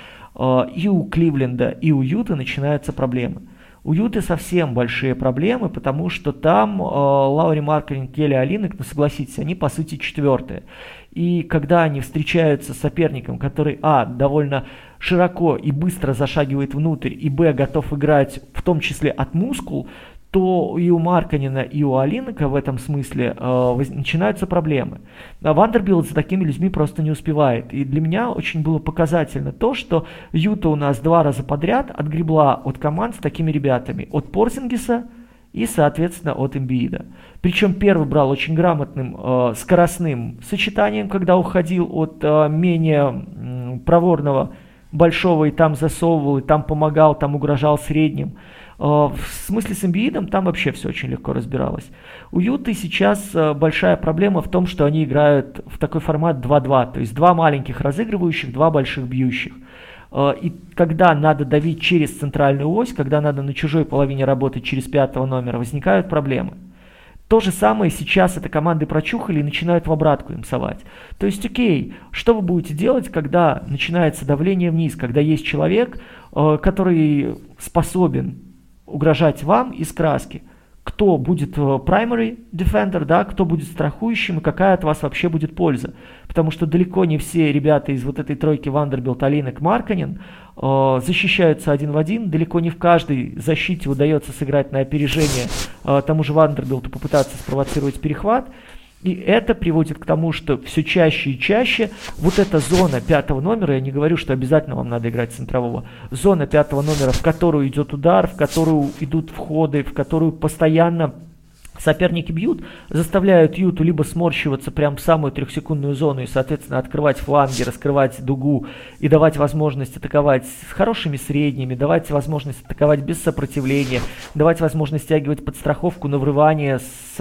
и у Кливленда, и у Юты начинаются проблемы. У Юты совсем большие проблемы, потому что там Лаури Маркканен, Келли Олинек, согласитесь, они по сути четвертые. И когда они встречаются с соперником, который, довольно широко и быстро зашагивает внутрь, и, готов играть в том числе от мускул, то и у Маркканена, и у Олинека в этом смысле начинаются проблемы. Вандербилт за такими людьми просто не успевает. И для меня очень было показательно то, что Юта у нас 2 раза подряд отгребла от команд с такими ребятами. От Порзингиса и, соответственно, от Эмбиида. Причем первый брал очень грамотным скоростным сочетанием, когда уходил от менее проворного большого и там засовывал, и там помогал, там угрожал средним. В смысле с Эмбиидом там вообще все очень легко разбиралось. У Юты сейчас большая проблема в том, что они играют в такой формат 2-2, то есть 2 маленьких разыгрывающих, 2 больших бьющих. И когда надо давить через центральную ось, когда надо на чужой половине работать через 5-го номера, возникают проблемы. То же самое сейчас это команды прочухали и начинают в обратку им совать. То есть, окей, что вы будете делать, когда начинается давление вниз, когда есть человек, который способен угрожать вам из краски? Кто будет primary defender, да, кто будет страхующим и какая от вас вообще будет польза. Потому что далеко не все ребята из вот этой тройки Вандербилт, Алинек, Маркканен защищаются один в один. Далеко не в каждой защите удается сыграть на опережение тому же Вандербилту, попытаться спровоцировать перехват. И это приводит к тому, что все чаще и чаще вот эта зона 5-го номера, я не говорю, что обязательно вам надо играть центрового, зона 5-го номера, в которую идет удар, в которую идут входы, в которую постоянно соперники бьют, заставляют Юту либо сморщиваться прямо в самую 3-секундную зону и, соответственно, открывать фланги, раскрывать дугу и давать возможность атаковать с хорошими средними, давать возможность атаковать без сопротивления, давать возможность стягивать подстраховку на врывание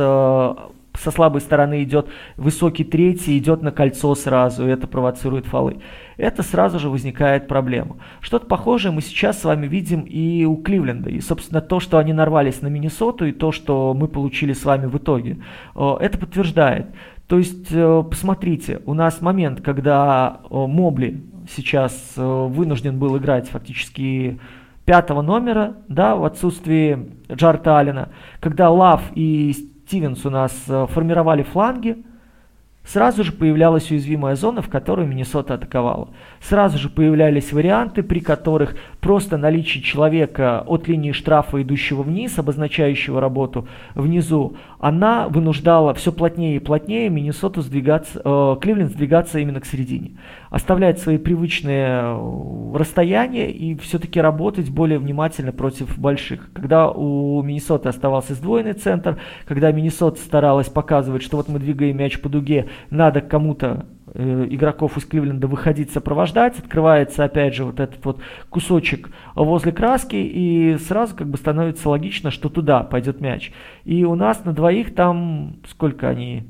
со слабой стороны идет высокий третий, идет на кольцо сразу, и это провоцирует фолы. Это сразу же возникает проблема. Что-то похожее мы сейчас с вами видим и у Кливленда. И, собственно, то, что они нарвались на Миннесоту, и то, что мы получили с вами в итоге, это подтверждает. То есть, посмотрите, у нас момент, когда Мобли сейчас вынужден был играть фактически 5-го номера, да, в отсутствии Джарета Аллена, когда Лав и Стивенс у нас формировали фланги, сразу же появлялась уязвимая зона, в которую Миннесота атаковала. Сразу же появлялись варианты, при которых просто наличие человека от линии штрафа, идущего вниз, обозначающего работу внизу, она вынуждала все плотнее и плотнее Миннесоту Кливленд сдвигаться именно к середине. Оставлять свои привычные расстояния и все-таки работать более внимательно против больших. Когда у Миннесоты оставался сдвоенный центр, когда Миннесота старалась показывать, что вот мы двигаем мяч по дуге, надо кому-то игроков из Кливленда выходить, сопровождать, открывается опять же вот этот вот кусочек возле краски, и сразу как бы становится логично, что туда пойдет мяч. И у нас на двоих там, сколько они,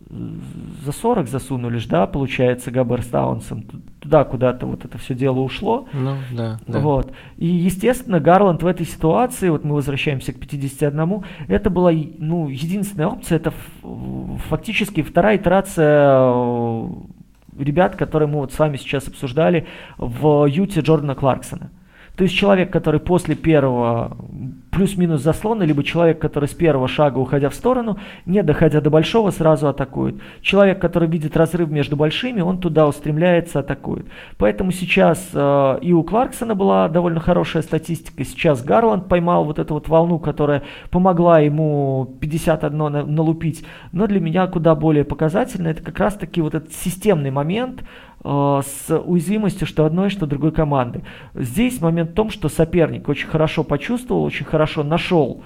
за 40 засунули, да, получается, Габер с Таунсом, туда куда-то вот это все дело ушло. Ну, да. Вот. И, естественно, Гарланд в этой ситуации, вот мы возвращаемся к 51, это была, ну, единственная опция, это фактически вторая итерация ребят, которые мы вот с вами сейчас обсуждали в Юте Джордана Кларксона. То есть человек, который после первого плюс-минус заслона, либо человек, который с первого шага, уходя в сторону, не доходя до большого, сразу атакует. Человек, который видит разрыв между большими, он туда устремляется, атакует. Поэтому сейчас и у Кларксона была довольно хорошая статистика. Сейчас Гарланд поймал вот эту вот волну, которая помогла ему 51 налупить. Но для меня куда более показательно, это как раз-таки вот этот системный момент, с уязвимостью что одной, что другой команды. Здесь момент в том, что соперник очень хорошо почувствовал, очень хорошо нашел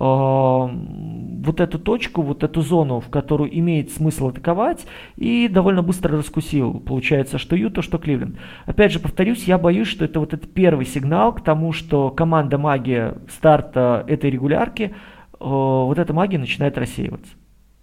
вот эту точку, вот эту зону, в которую имеет смысл атаковать, и довольно быстро раскусил. Получается, что Юта, что Кливленд. Опять же, повторюсь, я боюсь, что это вот этот первый сигнал к тому, что команда магия старта этой регулярки, вот эта магия начинает рассеиваться.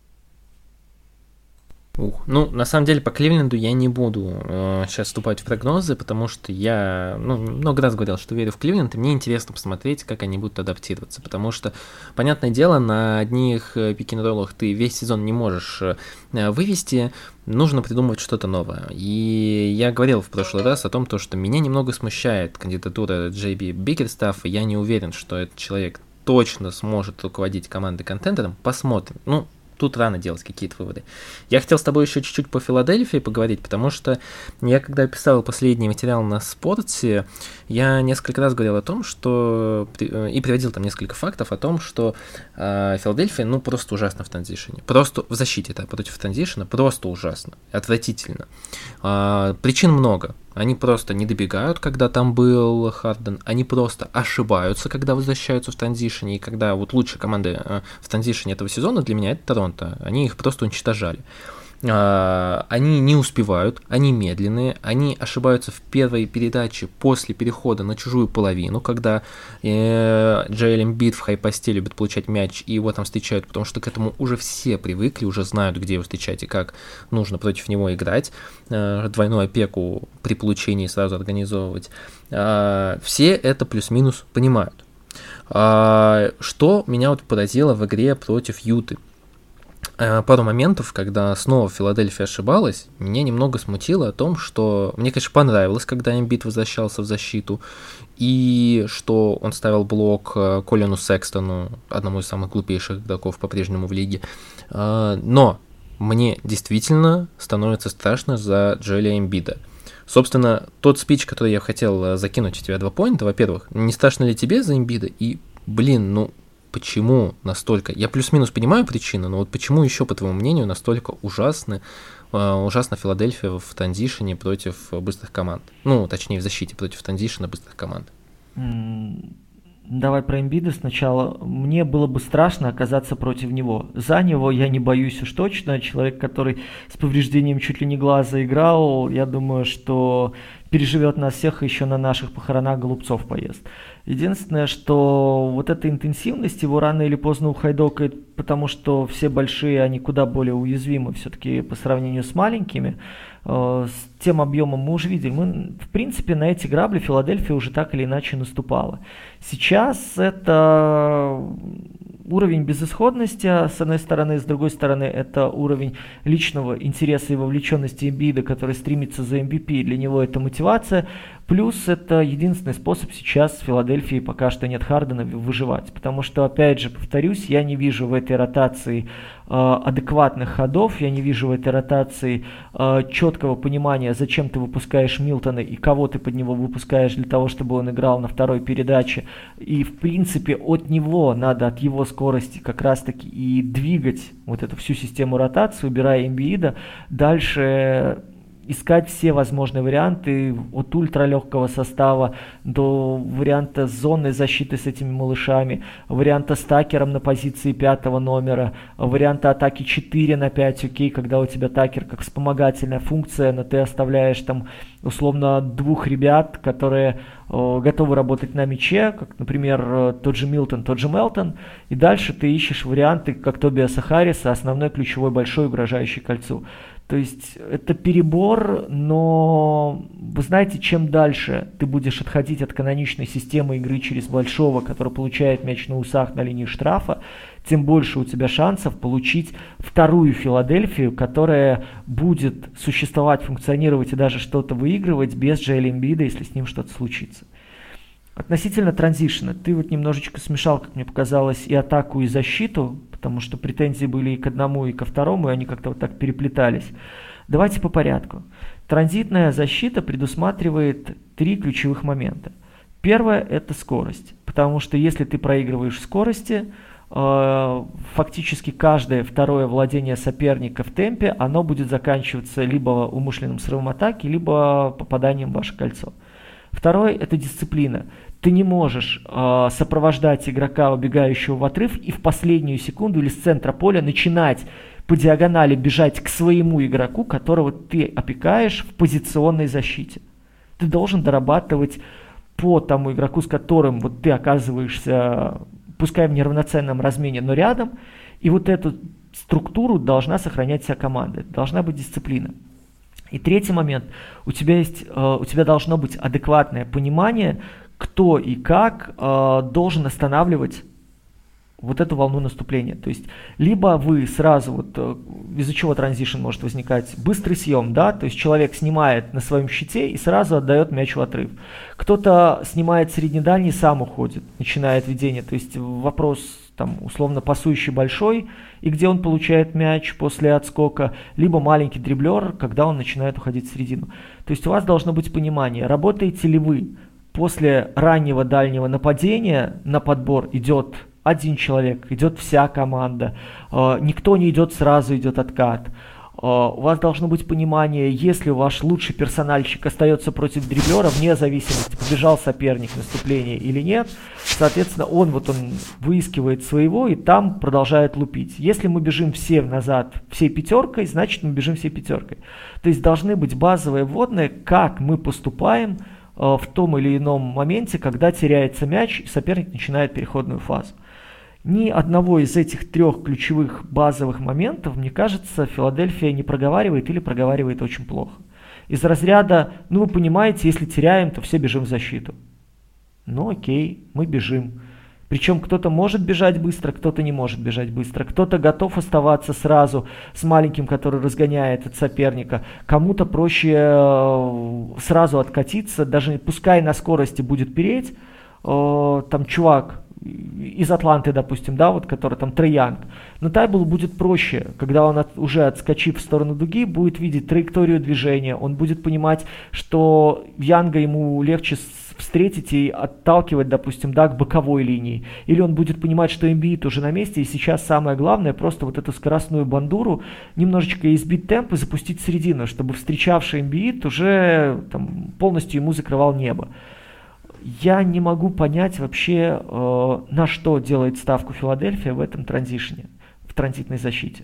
Ну, на самом деле, по Кливленду я не буду сейчас вступать в прогнозы, потому что я много раз говорил, что верю в Кливленд, и мне интересно посмотреть, как они будут адаптироваться, потому что, понятное дело, на одних пик-н-роллах ты весь сезон не можешь вывести, нужно придумывать что-то новое. И я говорил в прошлый раз о том, что меня немного смущает кандидатура JB Bickerstaff, и я не уверен, что этот человек точно сможет руководить командой-контендером. Посмотрим. Тут рано делать какие-то выводы. Я хотел с тобой еще чуть-чуть по Филадельфии поговорить, потому что я, когда писал последний материал на спорте, я несколько раз говорил о том, что... И приводил там несколько фактов о том, что Филадельфия, просто ужасно в транзишене. Просто в защите, против транзишена, просто ужасно. Отвратительно. Причин много. Они просто не добегают, когда там был Харден, они просто ошибаются, когда возвращаются в транзишене, и когда вот лучшие команды в транзишене этого сезона для меня это Торонто, они их просто уничтожали. Они не успевают, они медленные, они ошибаются в первой передаче после перехода на чужую половину, когда Джоэль Эмбид в хайпосте любит получать мяч и его там встречают, потому что к этому уже все привыкли, уже знают, где его встречать и как нужно против него играть, двойную опеку при получении сразу организовывать. Все это плюс-минус понимают. Что меня вот поразило в игре против Юты? Пару моментов, когда снова Филадельфия ошибалась, меня немного смутило о том, что мне, конечно, понравилось, когда Эмбит возвращался в защиту, и что он ставил блок Колину Секстону, одному из самых глупейших игроков по-прежнему в лиге. Но мне действительно становится страшно за Джоэля Эмбида. Собственно, тот спич, который я хотел закинуть в тебя 2 поинта, во-первых, не страшно ли тебе за Эмбида? И, почему настолько... Я плюс-минус понимаю причину, но вот почему еще, по твоему мнению, настолько ужасна Филадельфия в транзишене против быстрых команд? Точнее, в защите против транзишена быстрых команд. Давай про Эмбида сначала. Мне было бы страшно оказаться против него. За него я не боюсь уж точно. Человек, который с повреждением чуть ли не глаза играл, я думаю, что переживет нас всех, еще на наших похоронах голубцов поест. Единственное, что вот эта интенсивность его рано или поздно ухайдокает, потому что все большие, они куда более уязвимы все-таки по сравнению с маленькими. С тем объемом мы уже видели. В принципе, на эти грабли Филадельфия уже так или иначе наступала. Сейчас это уровень безысходности, с одной стороны, с другой стороны, это уровень личного интереса и вовлеченности Эмбида, который стремится за MVP, для него это мотивация, плюс это единственный способ сейчас в Филадельфии, пока что нет Хардена, выживать, потому что, опять же, повторюсь, я не вижу в этой ротации адекватных ходов, я не вижу в этой ротации четкого понимания, зачем ты выпускаешь Милтона и кого ты под него выпускаешь для того, чтобы он играл на второй передаче, и в принципе от него надо, от его скорости как раз таки и двигать вот эту всю систему ротации, убирая Эмбиида, дальше искать все возможные варианты от ультралегкого состава до варианта зонной защиты с этими малышами, варианта с Такером на позиции 5-го номера, варианта атаки 4 на 5, окей, когда у тебя Такер как вспомогательная функция, но ты оставляешь там условно 2 ребят, которые готовы работать на мяче, как, например, тот же Милтон, тот же Мелтон, и дальше ты ищешь варианты, как Тобиаса Харриса, основной ключевой большой угрожающий кольцу. То есть это перебор, но вы знаете, чем дальше ты будешь отходить от каноничной системы игры через большого, который получает мяч на усах на линии штрафа, тем больше у тебя шансов получить вторую Филадельфию, которая будет существовать, функционировать и даже что-то выигрывать без Джоэля Эмбида, если с ним что-то случится. Относительно транзишена, ты вот немножечко смешал, как мне показалось, и атаку, и защиту, потому что претензии были и к одному, и ко второму, и они как-то вот так переплетались. Давайте по порядку. Транзитная защита предусматривает 3 ключевых момента. Первое – это скорость, потому что если ты проигрываешь в скорости, фактически каждое второе владение соперника в темпе, оно будет заканчиваться либо умышленным срывом атаки, либо попаданием в ваше кольцо. Второе – это дисциплина. Ты не можешь сопровождать игрока, убегающего в отрыв, и в последнюю секунду или с центра поля начинать по диагонали бежать к своему игроку, которого ты опекаешь в позиционной защите. Ты должен дорабатывать по тому игроку, с которым вот ты оказываешься, пускай в неравноценном размене, но рядом, и вот эту структуру должна сохранять вся команда. Должна быть дисциплина. И третий момент. У тебя должно быть адекватное понимание, кто и как должен останавливать вот эту волну наступления. То есть, либо вы сразу, из-за чего транзишн может возникать, быстрый съем, да, то есть человек снимает на своем щите и сразу отдает мяч в отрыв. Кто-то снимает средне-дальний, сам уходит, начинает ведение. То есть вопрос, там, условно пасующий большой, и где он получает мяч после отскока, либо маленький дриблер, когда он начинает уходить в середину. То есть у вас должно быть понимание, работаете ли вы после раннего дальнего нападения на подбор идет один человек, идет вся команда, никто не идет сразу, идет откат. У вас должно быть понимание, если ваш лучший персональщик остается против дриблера, вне зависимости, побежал соперник в наступление или нет, соответственно, он выискивает своего и там продолжает лупить. Если мы бежим все назад всей пятеркой, значит мы бежим всей пятеркой. То есть должны быть базовые вводные, как мы поступаем в том или ином моменте, когда теряется мяч и соперник начинает переходную фазу. Ни одного из этих трех ключевых базовых моментов, мне кажется, Филадельфия не проговаривает или проговаривает очень плохо. Из разряда, вы понимаете, если теряем, то все бежим в защиту. Окей, мы бежим. Причем кто-то может бежать быстро, кто-то не может бежать быстро. Кто-то готов оставаться сразу с маленьким, который разгоняет от соперника. Кому-то проще сразу откатиться, даже пускай на скорости будет переть. Там чувак из Атланты, допустим, который там Трей Янг. Но Тайбулу будет проще, когда он уже отскочив в сторону дуги, будет видеть траекторию движения, он будет понимать, что Янга ему легче встретить и отталкивать, допустим, к боковой линии. Или он будет понимать, что Эмбиид уже на месте, и сейчас самое главное просто эту скоростную бандуру немножечко избить темп и запустить в середину, чтобы встречавший Эмбиид уже полностью ему закрывал небо. Я не могу понять вообще, на что делает ставку Филадельфия в этом транзишне, в транзитной защите.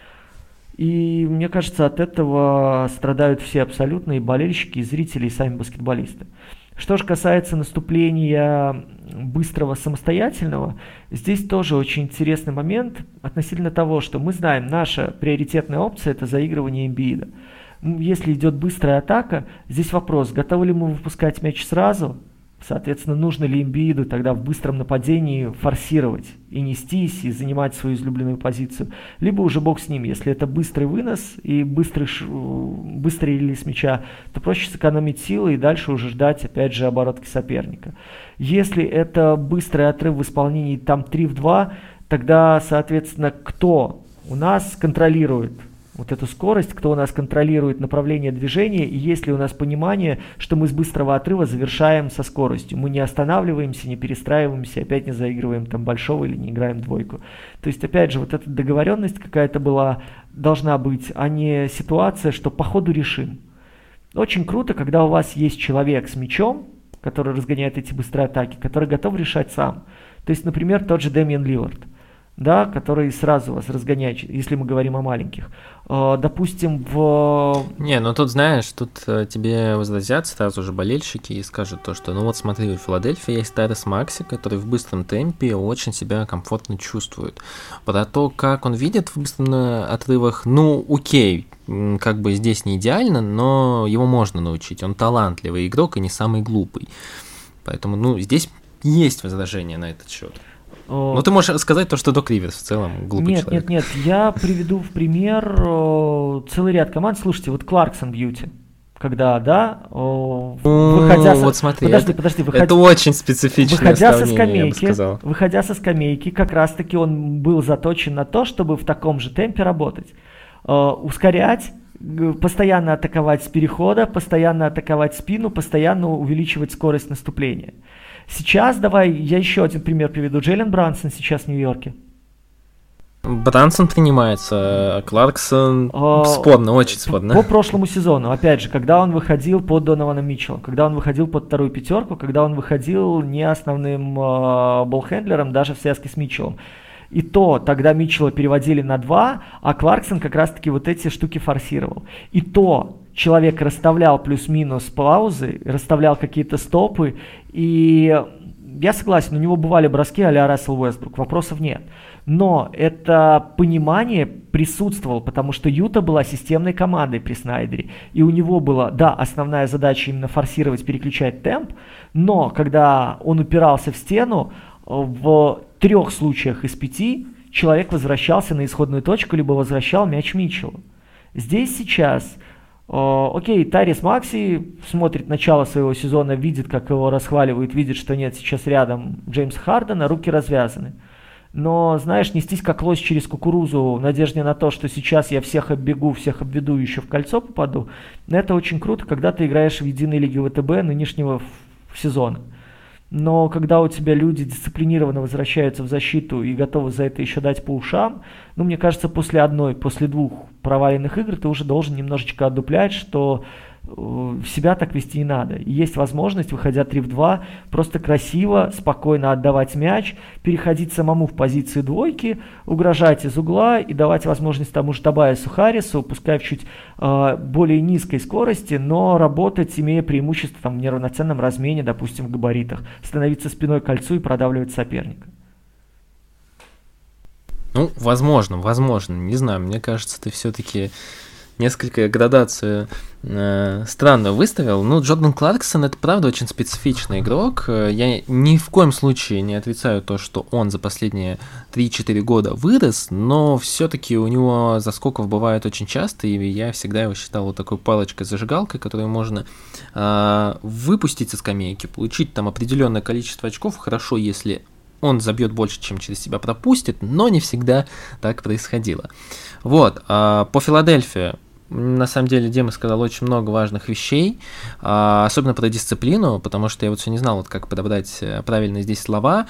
И мне кажется, от этого страдают все абсолютно, и болельщики, и зрители, и сами баскетболисты. Что же касается наступления быстрого самостоятельного, здесь тоже очень интересный момент относительно того, что мы знаем, наша приоритетная опция – это заигрывание Эмбиида. Если идет быстрая атака, здесь вопрос, готовы ли мы выпускать мяч сразу. Соответственно, нужно ли Эмбииду тогда в быстром нападении форсировать и нестись, и занимать свою излюбленную позицию. Либо уже бог с ним. Если это быстрый вынос и быстрый релиз мяча, то проще сэкономить силы и дальше уже ждать, опять же, оборотки соперника. Если это быстрый отрыв в исполнении 3-2, тогда, соответственно, кто у нас контролирует эту скорость, кто у нас контролирует направление движения, и есть ли у нас понимание, что мы с быстрого отрыва завершаем со скоростью. Мы не останавливаемся, не перестраиваемся, опять не заигрываем большого или не играем двойку. То есть, опять же, эта договоренность какая-то должна быть, а не ситуация, что по ходу решим. Очень круто, когда у вас есть человек с мячом, который разгоняет эти быстрые атаки, который готов решать сам. То есть, например, тот же Дэмиан Лиллард, который сразу вас разгоняет, если мы говорим о маленьких. Допустим, тут знаешь, тут тебе возразят сразу же болельщики и скажут то, что смотри, у Филадельфии есть Тайрес Макси, который в быстром темпе очень себя комфортно чувствует. Про то, как он видит в быстрых отрывах, окей, здесь не идеально, но его можно научить. Он талантливый игрок и не самый глупый. Поэтому, здесь есть возражение на этот счет. Ты можешь сказать то, что Док Риверс в целом глупый человек. Нет, я приведу в пример целый ряд команд. Слушайте, Кларксон Бьюти, когда, выходя смотри, это очень специфичное сравнение, я бы сказал. Выходя со скамейки, как раз-таки он был заточен на то, чтобы в таком же темпе работать. Ускорять, постоянно атаковать с перехода, постоянно атаковать спину, постоянно увеличивать скорость наступления. Сейчас, давай, я еще один пример приведу. Джейлен Брансон сейчас в Нью-Йорке. Брансон принимается, а Кларксон спорно, очень спорно. По прошлому сезону, опять же, когда он выходил под Донованом Митчеллом, когда он выходил под вторую пятерку, когда он выходил не основным болхендлером, даже в связке с Митчеллом. И то тогда Митчелла переводили на 2, а Кларксон как раз-таки эти штуки форсировал. И то человек расставлял плюс-минус паузы, расставлял какие-то стопы, и я согласен, у него бывали броски а-ля Рассел Уэстбрук, вопросов нет. Но это понимание присутствовало, потому что Юта была системной командой при Снайдере, и у него была, основная задача именно форсировать, переключать темп, но когда он упирался в стену, в 3 случаях из 5 человек возвращался на исходную точку, либо возвращал мяч Митчеллу. Здесь сейчас, Тайрес Макси смотрит начало своего сезона, видит, как его расхваливают, видит, что нет сейчас рядом Джеймса Хардена, руки развязаны. Но, знаешь, нестись как лось через кукурузу в надежде на то, что сейчас я всех оббегу, всех обведу, еще в кольцо попаду, это очень круто, когда ты играешь в единой лиге ВТБ нынешнего сезона. Но когда у тебя люди дисциплинированно возвращаются в защиту и готовы за это еще дать по ушам, мне кажется, после 2 проваленных игр, ты уже должен немножечко отдуплять, что себя так вести не надо. И есть возможность, выходя 3 в 2, просто красиво, спокойно отдавать мяч, переходить самому в позиции двойки, угрожать из угла и давать возможность тому же Тобайасу Харрису, пускай в чуть более низкой скорости, но работать, имея преимущество там, в неравноценном размене, допустим, в габаритах, становиться спиной к кольцу и продавливать соперника. Ну, возможно, не знаю, мне кажется, ты все-таки несколько градацию странную выставил. Ну, Джордан Кларксон — это, правда, очень специфичный игрок. Я ни в коем случае не отрицаю то, что он за последние 3-4 года вырос, но все-таки у него заскоков бывает очень часто, и я всегда его считал вот такой палочкой-зажигалкой, которую можно выпустить со скамейки, получить там определенное количество очков. Хорошо, если он забьет больше, чем через себя пропустит, но не всегда так происходило. Вот, по Филадельфии, на самом деле, Дима сказал очень много важных вещей, особенно про дисциплину, потому что я вот все не знал, вот как подобрать правильные здесь слова,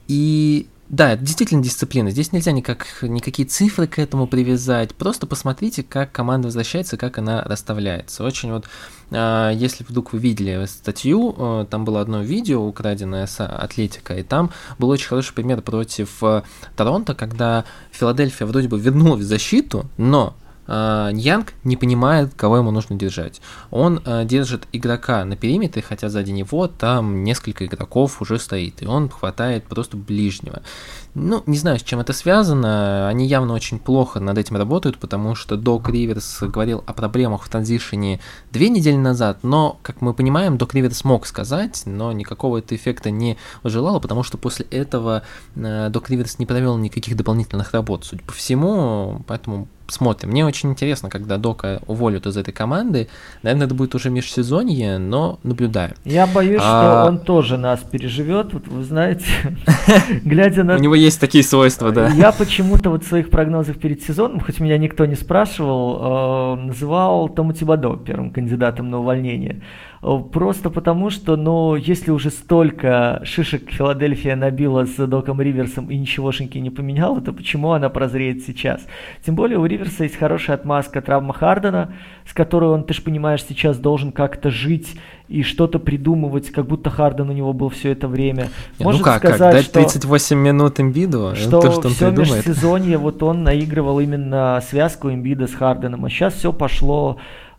и да, это действительно дисциплина, здесь нельзя никакие цифры к этому привязать, просто посмотрите, как команда возвращается, как она расставляется. Очень вот, если вдруг вы видели статью, там было одно видео, украденное с Атлетика, и там был очень хороший пример против Торонто, когда Филадельфия вроде бы вернулась в защиту, но Янг не понимает, кого ему нужно держать. Он держит игрока на периметре, хотя сзади него там несколько игроков уже стоит, и он хватает просто ближнего. Ну, не знаю, с чем это связано, они явно очень плохо над этим работают, потому что Док Риверс говорил о проблемах в транзишене 2 недели назад, но, как мы понимаем, Док Риверс мог сказать, но никакого этого эффекта не желало, потому что после этого Док Риверс не провел никаких дополнительных работ, судя по всему, поэтому смотрим. Мне очень интересно, когда Дока уволят из этой команды. Наверное, это будет уже межсезонье, но наблюдаем. Я боюсь, что он тоже нас переживет. Вот вы знаете, глядя на... У него есть такие свойства, да. Я почему-то вот в своих прогнозах перед сезоном, хоть меня никто не спрашивал, называл Тома Тибадо первым кандидатом на увольнение. Просто потому, что, если уже столько шишек Филадельфия набила с Доком Риверсом и ничегошеньки не поменяла, то почему она прозреет сейчас? Тем более у Риверса есть хорошая отмазка травма Хардена, с которой он, ты же понимаешь, сейчас должен как-то жить и что-то придумывать, как будто Харден у него был все это время. Может сказать, дать 38 минут Эмбиду? Что то, что все межсезонье вот он наигрывал именно связку Эмбида с Харденом, а сейчас все пошло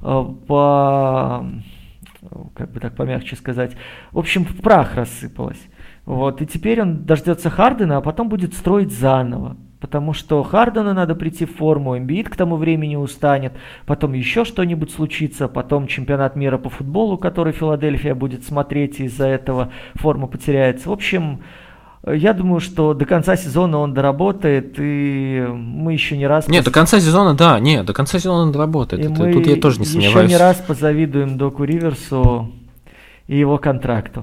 как бы так помягче сказать, в общем, в прах рассыпалось. Вот, и теперь он дождется Хардена, а потом будет строить заново. Потому что Хардену надо прийти в форму, Эмбиид к тому времени устанет, потом еще что-нибудь случится, потом чемпионат мира по футболу, который Филадельфия будет смотреть, и из-за этого форма потеряется. В общем, я думаю, что до конца сезона он доработает, и мы еще не раз... Нет, до конца сезона, да, до конца сезона он доработает. Тут я тоже не сомневаюсь. Еще не раз позавидуем Доку Риверсу и его контракту.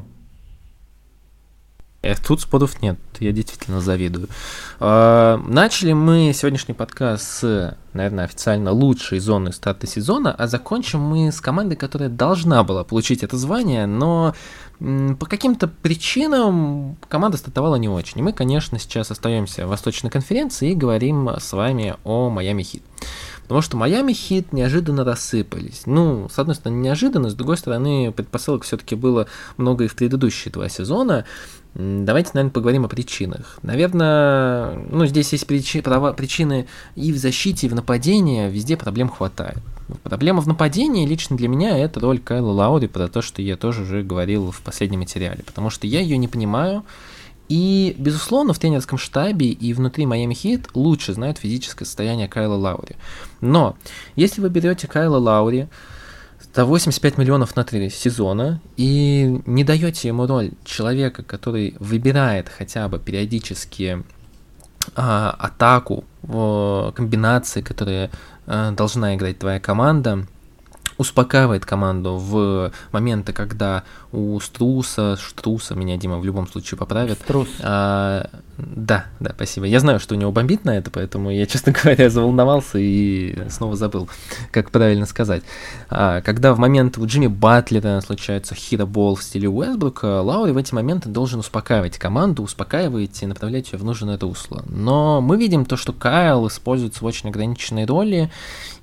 Тут споров нет, я действительно завидую. Начали мы сегодняшний подкаст с, наверное, официально лучшей зоны старта сезона, а закончим мы с командой, которая должна была получить это звание, но по каким-то причинам команда стартовала не очень. И мы, конечно, сейчас остаемся в Восточной конференции и говорим с вами о Майами Хит. Потому что Майами Хит неожиданно рассыпались. С одной стороны, неожиданно, с другой стороны, предпосылок все-таки было много и в предыдущие 2 сезона. Давайте, наверное, поговорим о причинах. Наверное, здесь есть причины и в защите, и в нападении, везде проблем хватает. Проблема в нападении лично для меня — это роль Кайла Лаури, про то, что я тоже уже говорил в последнем материале, потому что я ее не понимаю. И, безусловно, в тренерском штабе и внутри Майами Хит лучше знают физическое состояние Кайла Лаури. Но если вы берете Кайла Лаури за 85 миллионов на 3 сезона и не даете ему роль человека, который выбирает хотя бы периодически атаку, комбинации, которые должна играть твоя команда, успокаивает команду в моменты, когда у Штруса, меня Дима в любом случае поправит. Струс. Да, спасибо. Я знаю, что у него бомбит на это, поэтому я, честно говоря, заволновался и снова забыл, как правильно сказать. Когда в момент у Джимми Батлера случается хиробол в стиле Уэстбрука, Лаури в эти моменты должен успокаивать команду, успокаивать и направлять ее в нужное русло. Но мы видим то, что Кайл используется в очень ограниченной роли,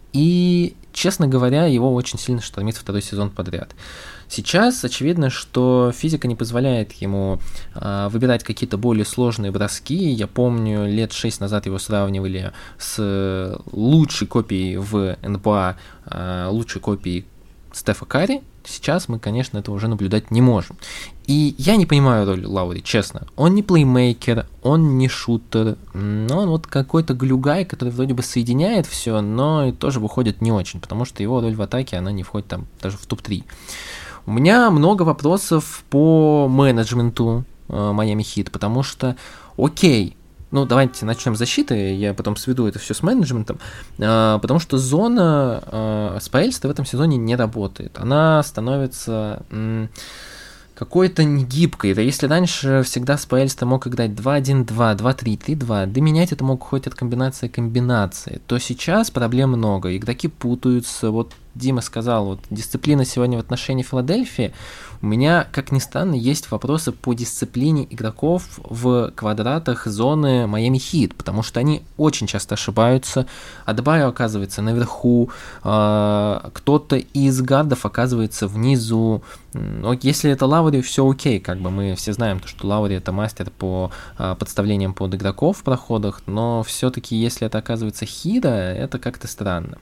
И, честно говоря, его очень сильно штормит второй сезон подряд. Сейчас очевидно, что физика не позволяет ему выбирать какие-то более сложные броски. Я помню, лет 6 назад его сравнивали с лучшей копией в НБА, лучшей копией Стефа Карри. Сейчас мы, конечно, этого уже наблюдать не можем. И я не понимаю роль Лаури, честно. Он не плеймейкер, он не шутер, но он вот какой-то глюгай, который вроде бы соединяет все, но и тоже выходит не очень, потому что его роль в атаке, она не входит там даже в топ-3. У меня много вопросов по менеджменту Miami Heat, потому что, окей, ну давайте начнем с защиты, я потом сведу это все с менеджментом, потому что зона Споэльста в этом сезоне не работает. Она становится какой-то негибкой. Да если раньше всегда Споэльста мог играть 2-1-2, 2-3, 3-2, да менять это мог хоть от комбинации к комбинации, то сейчас проблем много. Игроки путаются. Вот Дима сказал, вот дисциплина сегодня в отношении Филадельфии. У меня, как ни странно, есть вопросы по дисциплине игроков в квадратах зоны Miami Heat, потому что они очень часто ошибаются. Адебайо оказывается наверху, кто-то из гардов оказывается внизу. Но если это Лаури, все окей, как бы мы все знаем, что Лаури это мастер по подставлениям под игроков в проходах, но все-таки если это оказывается Хиро, это как-то странно.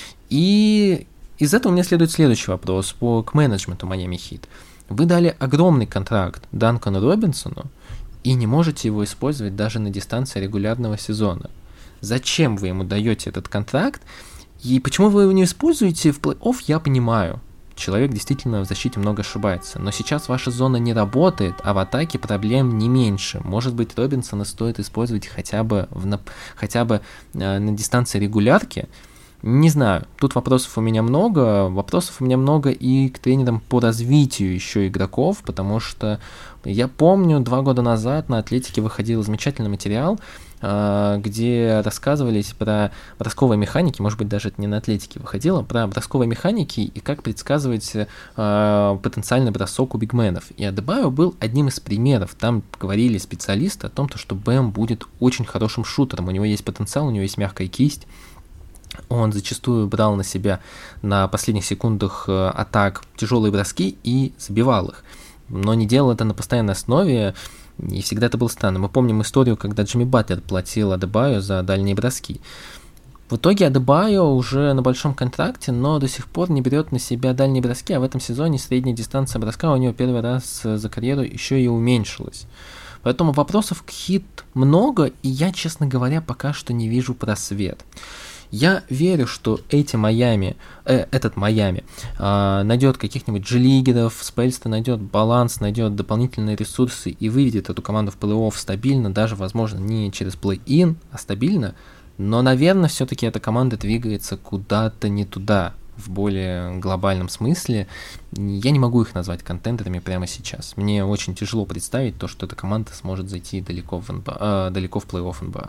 И из этого мне следует следующий вопрос к менеджменту Miami Heat. Вы дали огромный контракт Данкану Робинсону и не можете его использовать даже на дистанции регулярного сезона. Зачем вы ему даете этот контракт? И почему вы его не используете в плей-офф, я понимаю. Человек действительно в защите много ошибается. Но сейчас ваша зона не работает, а в атаке проблем не меньше. Может быть, Робинсона стоит использовать хотя бы на дистанции регулярки. Не знаю, тут вопросов у меня много и к тренерам по развитию еще игроков, потому что я помню, 2 года назад на Атлетике выходил замечательный материал, где рассказывались про бросковые механики, может быть, даже это не на Атлетике выходило, про бросковые механики и как предсказывать потенциальный бросок у бигменов. И Адебайо был одним из примеров. Там говорили специалисты о том, что Бэм будет очень хорошим шутером, у него есть потенциал, у него есть мягкая кисть. Он зачастую брал на себя на последних секундах атак тяжелые броски и забивал их. Но не делал это на постоянной основе, и всегда это было странно. Мы помним историю, когда Джимми Батлер платил Адебайо за дальние броски. В итоге Адебайо уже на большом контракте, но до сих пор не берет на себя дальние броски, а в этом сезоне средняя дистанция броска у него первый раз за карьеру еще и уменьшилась. Поэтому вопросов к Хит много, и я, честно говоря, пока что не вижу просвет. Я верю, что этот Майами найдет каких-нибудь G-лигеров, Споэльста найдет баланс, найдет дополнительные ресурсы и выведет эту команду в плей-офф стабильно, даже, возможно, не через плей-ин, а стабильно, но, наверное, все-таки эта команда двигается куда-то не туда, в более глобальном смысле. Я не могу их назвать контендерами прямо сейчас. Мне очень тяжело представить то, что эта команда сможет зайти далеко в плей-офф НБА.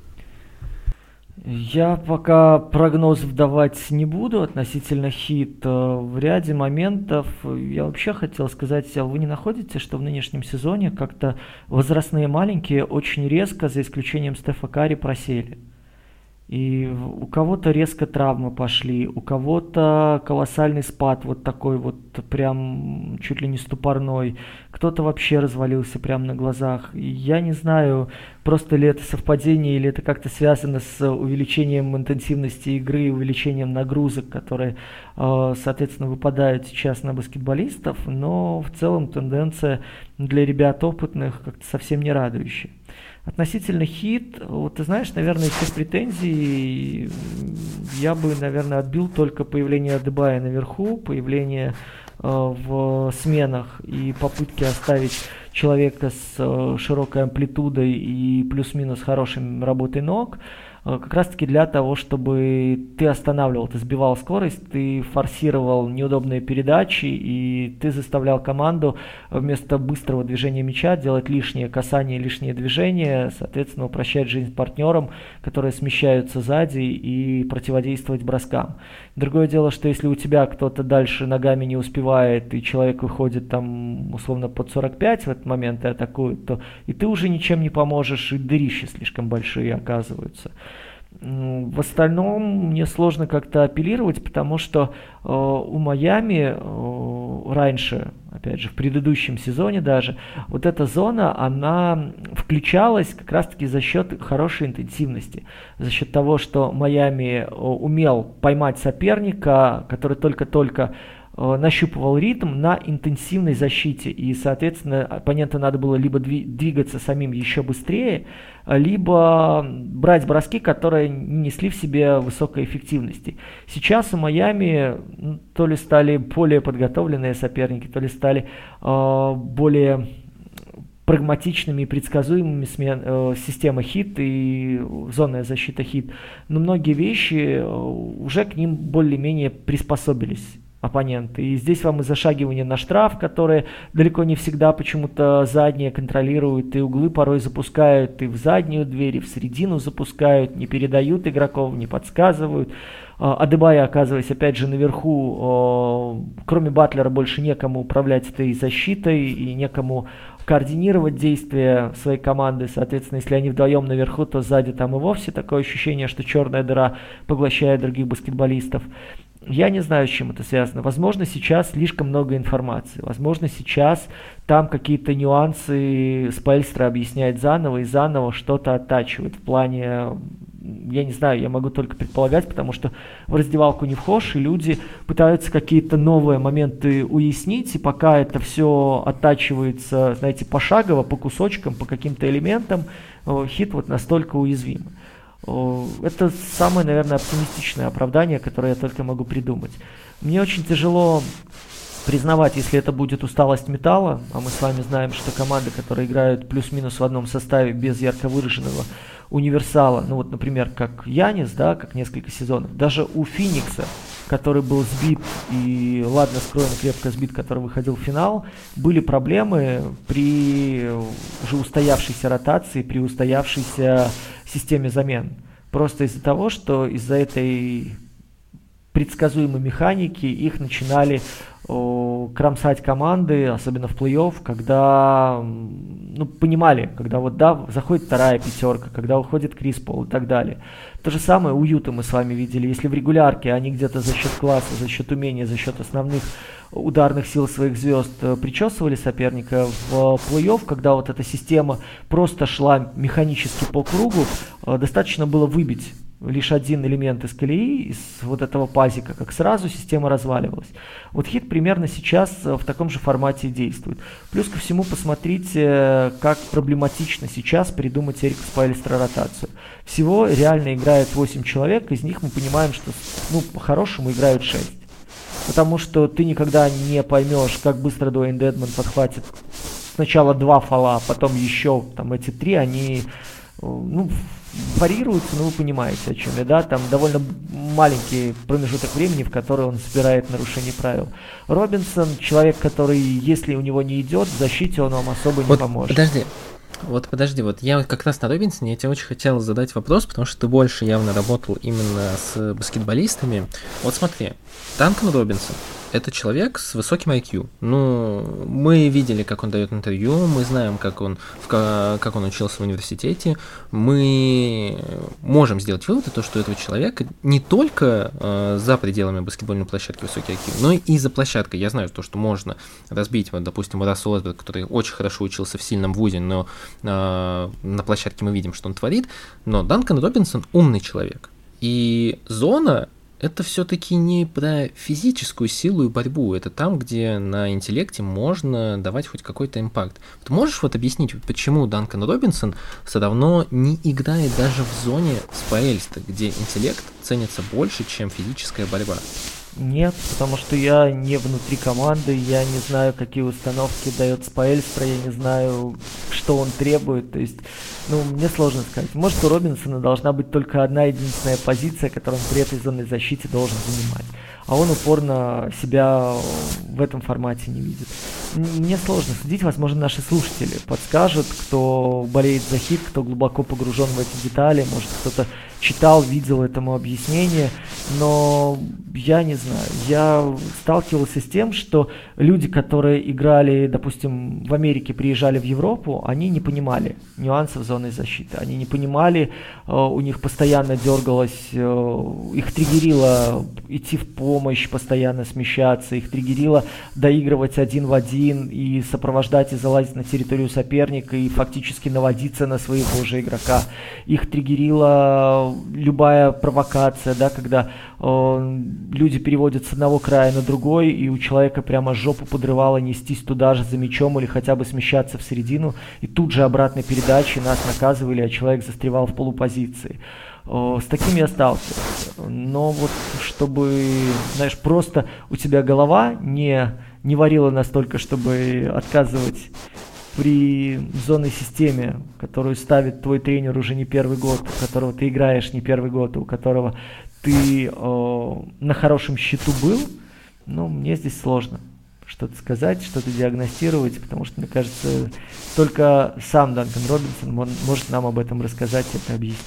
Я пока прогнозов давать не буду относительно Хит. В ряде моментов я вообще хотел сказать, а вы не находите, что в нынешнем сезоне как-то возрастные маленькие очень резко, за исключением Стефа Карри, просели? И у кого-то резко травмы пошли, у кого-то колоссальный спад, вот такой вот прям чуть ли не ступорной, кто-то вообще развалился прямо на глазах. И я не знаю, просто ли это совпадение или это как-то связано с увеличением интенсивности игры, увеличением нагрузок, которые, соответственно, выпадают сейчас на баскетболистов, но в целом тенденция для ребят опытных как-то совсем не радующая. Относительно Хит, вот ты знаешь, наверное, все претензии я бы, наверное, отбил только появление Адебайо наверху, появление в сменах и попытки оставить человека с широкой амплитудой и плюс-минус хорошей работой ног, как раз-таки для того, чтобы ты останавливал, ты сбивал скорость, ты форсировал неудобные передачи, и ты заставлял команду вместо быстрого движения мяча делать лишние касания, лишние движения, соответственно, упрощать жизнь партнерам, которые смещаются сзади, и противодействовать броскам. Другое дело, что если у тебя кто-то дальше ногами не успевает, и человек выходит там условно под 45 в этот момент и атакует, то и ты уже ничем не поможешь, и дырища слишком большие оказываются. В остальном мне сложно как-то апеллировать, потому что у Майами раньше, опять же, в предыдущем сезоне даже, вот эта зона, она включалась как раз-таки за счет хорошей интенсивности, за счет того, что Майами умел поймать соперника, который только-только нащупывал ритм на интенсивной защите, и, соответственно, оппоненту надо было либо двигаться самим еще быстрее, либо брать броски, которые не несли в себе высокой эффективности. Сейчас у Майами то ли стали более подготовленные соперники, то ли стали более прагматичными и предсказуемыми система хит и зонная защита хит, но многие вещи уже к ним более-менее приспособились оппоненты. И здесь вам и зашагивание на штраф, которые далеко не всегда почему-то задние контролируют, и углы порой запускают, и в заднюю дверь, и в середину запускают, не передают игроков, не подсказывают. Адебайо, оказываясь, опять же, наверху, кроме Батлера, больше некому управлять этой защитой и некому координировать действия своей команды. Соответственно, если они вдвоем наверху, то сзади там и вовсе такое ощущение, что черная дыра поглощает других баскетболистов. Я не знаю, с чем это связано. Возможно, сейчас слишком много информации. Возможно, сейчас там какие-то нюансы Споэльстра объясняет заново и заново что-то оттачивает. В плане, я не знаю, я могу только предполагать, потому что в раздевалку не вхож, и люди пытаются какие-то новые моменты уяснить, и пока это все оттачивается, знаете, пошагово, по кусочкам, по каким-то элементам, хит вот настолько уязвим. Это самое, наверное, оптимистичное оправдание, которое я только могу придумать. Мне очень тяжело признавать, если это будет усталость металла, а мы с вами знаем, что команды, которые играют плюс-минус в одном составе без ярко выраженного универсала, ну вот, например, как Янис, да, как несколько сезонов, даже у Феникса, который был сбит и, ладно, скроен, крепко сбит, который выходил в финал, были проблемы при уже устоявшейся ротации, при устоявшейся системе замен. Просто из-за того, что из-за этой предсказуемой механики их начинали кромсать команды, особенно в плей-офф, когда понимали, когда вот да, заходит вторая пятерка, когда уходит Крис Пол и так далее. То же самое у Юты мы с вами видели. Если в регулярке они где-то за счет класса, за счет умения, за счет основных ударных сил своих звезд причесывали соперника, в плей-офф, когда вот эта система просто шла механически по кругу, достаточно было выбить лишь один элемент из колеи, из вот этого пазика, как сразу система разваливалась. Вот хит примерно сейчас в таком же формате действует. Плюс ко всему посмотрите, как проблематично сейчас придумать Эрика Споэльстра ротацию. Всего реально играет 8 человек, из них мы понимаем, что по-хорошему играют 6. Потому что ты никогда не поймешь, как быстро Дуэйн Дедмон подхватит сначала 2 фола, а потом еще там эти 3, они варьируются, вы понимаете, о чем я, да, там довольно маленький промежуток времени, в который он собирает нарушение правил. Робинсон, человек, который, если у него не идет, в защите он вам особо не поможет. Подожди, я как раз на Робинсоне, я тебе очень хотел задать вопрос, потому что ты больше явно работал именно с баскетболистами. Вот смотри, Данкан Робинсон — это человек с высоким IQ. Мы видели, как он дает интервью, мы знаем, как он учился в университете. Мы можем сделать вывод, что у этого человека не только за пределами баскетбольной площадки высокий IQ, но и за площадкой. Я знаю, что можно разбить, допустим, Рассел Уэстбрук, который очень хорошо учился в сильном вузе, но на площадке мы видим, что он творит. Но Данкан Робинсон умный человек. И зона — это все-таки не про физическую силу и борьбу, это там, где на интеллекте можно давать хоть какой-то импакт. Ты можешь объяснить, почему Данкан Робинсон все равно не играет даже в зоне Споэльстра, где интеллект ценится больше, чем физическая борьба? Нет, потому что я не внутри команды, я не знаю, какие установки дает Споэльстра, я не знаю, что он требует, то есть, мне сложно сказать. Может, у Робинсона должна быть только одна единственная позиция, которую он при этой зонной защите должен занимать, а он упорно себя в этом формате не видит. Мне сложно судить, возможно, наши слушатели подскажут, кто болеет за хит, кто глубоко погружен в эти детали, может, кто-то читал, видел этому объяснение, но я не знаю, я сталкивался с тем, что люди, которые играли, допустим, в Америке, приезжали в Европу, они не понимали нюансов зоны защиты, они не понимали, у них постоянно дергалось, их триггерило идти в помощь, постоянно смещаться, их триггерило доигрывать один в один и сопровождать и залазить на территорию соперника и фактически наводиться на своего же игрока. Их триггерила любая провокация, да, когда люди переводят с одного края на другой, и у человека прямо жопу подрывало нестись туда же за мячом или хотя бы смещаться в середину, и тут же обратной передачей нас наказывали, а человек застревал в полупозиции. С таким я сталкивался. Но вот чтобы, знаешь, просто у тебя голова не варила настолько, чтобы отказывать при зонной системе, которую ставит твой тренер уже не первый год, у которого ты играешь не первый год, у которого ты на хорошем счету был, ну, мне здесь сложно что-то сказать, что-то диагностировать, потому что, мне кажется, только сам Данкан Робинсон может нам об этом рассказать и это объяснить.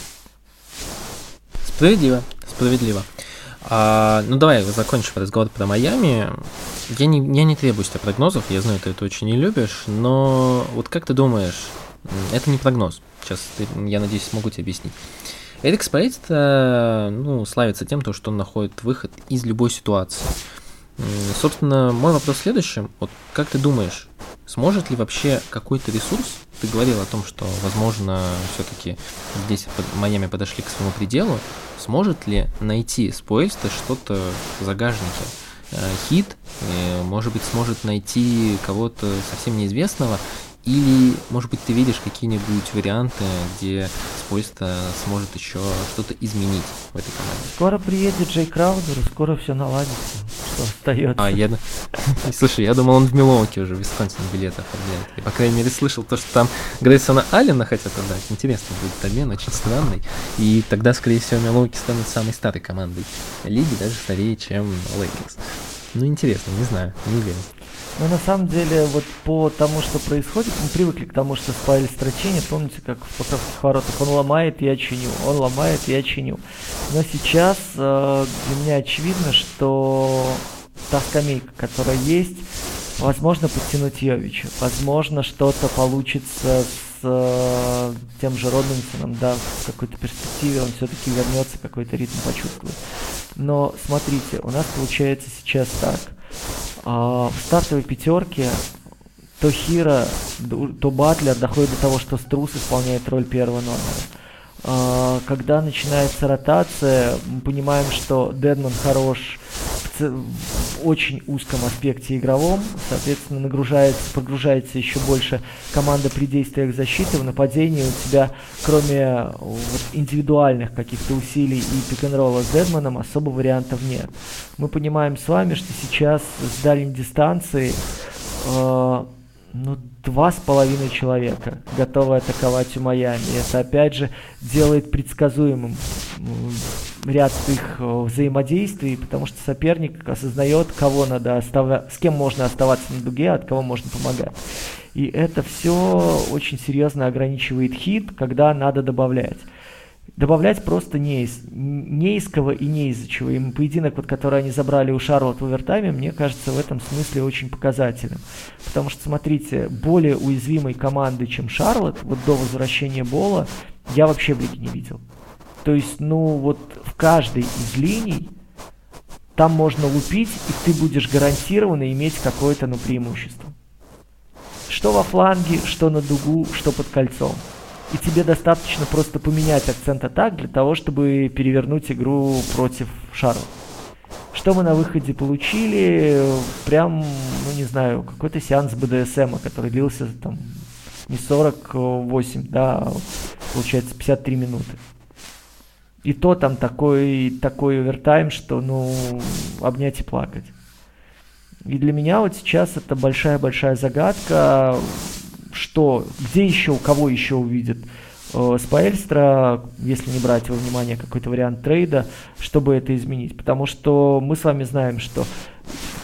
Справедливо. Ну давай закончим разговор про Майами. Я не требую с тебя прогнозов, я знаю, ты это очень не любишь, но вот как ты думаешь, это не прогноз, сейчас я надеюсь смогу тебе объяснить. Эрик Споэльстра, славится тем, что он находит выход из любой ситуации. Собственно, мой вопрос в следующем, вот как ты думаешь, сможет ли вообще какой-то ресурс, ты говорил о том, что, возможно, все-таки здесь Майами подошли к своему пределу, сможет ли найти Споэльстра что-то в загажнике? Хит, может быть, сможет найти кого-то совсем неизвестного, или, может быть, ты видишь какие-нибудь варианты, где Споэльстра сможет еще что-то изменить в этой команде? Скоро приедет Джей Краудер, и скоро все наладится, что остается. Слушай, я думал, он в Милуоки уже в Висконсине билеты оформляет. И, по крайней мере, слышал то, что там Грейсона Аллена хотят отдать. Интересно будет обмен, очень странный. И тогда, скорее всего, Милуоки станут самой старой командой лиги, даже старее, чем Лейкерс. Интересно, не знаю, не уверен. Но на самом деле, вот по тому, что происходит, мы привыкли к тому, что Споэльстра чинит. Помните, как в Покровских воротах? Он ломает, я чиню. Он ломает, я чиню. Но сейчас для меня очевидно, что та скамейка, которая есть, возможно, подтянуть Йовича. Возможно, что-то получится с тем же Робинсоном, да, в какой-то перспективе он все-таки вернется, какой-то ритм почувствует. Но смотрите, у нас получается сейчас так. В стартовой пятерке то Хиро, то Батлер доходит до того, что Струс исполняет роль первого номера. Когда начинается ротация, мы понимаем, что Дедмон хорош в очень узком аспекте игровом, соответственно, прогружается еще больше команда при действиях защиты. В нападении у тебя, кроме индивидуальных каких-то усилий и пик-н-ролла с Дедмоном, особо вариантов нет. Мы понимаем с вами, что сейчас с дальней дистанции 2,5 человека готовы атаковать у Майами. Это, опять же, делает предсказуемым ряд их взаимодействий, потому что соперник осознает, кого надо оставлять, с кем можно оставаться на дуге, а от кого можно помогать. И это все очень серьезно ограничивает Хит, когда надо добавлять. Добавлять просто не из кого и не из-за чего. И поединок, который они забрали у Шарлотт в овертайме, мне кажется, в этом смысле очень показательным. Потому что, смотрите, более уязвимой команды, чем Шарлотт, до возвращения Бола, я вообще в лиге не видел. То есть, в каждой из линий там можно лупить, и ты будешь гарантированно иметь какое-то, преимущество. Что во фланге, что на дугу, что под кольцом. И тебе достаточно просто поменять акцент атак для того, чтобы перевернуть игру против Шарлотт. Что мы на выходе получили? Прям, не знаю, какой-то сеанс БДСМа, который длился не 48, да, получается 53 минуты. И то там такой овертайм, что, обнять и плакать. И для меня сейчас это большая-большая загадка, где еще, кого еще увидит Споэльстра, если не брать во внимание какой-то вариант трейда, чтобы это изменить. Потому что мы с вами знаем, что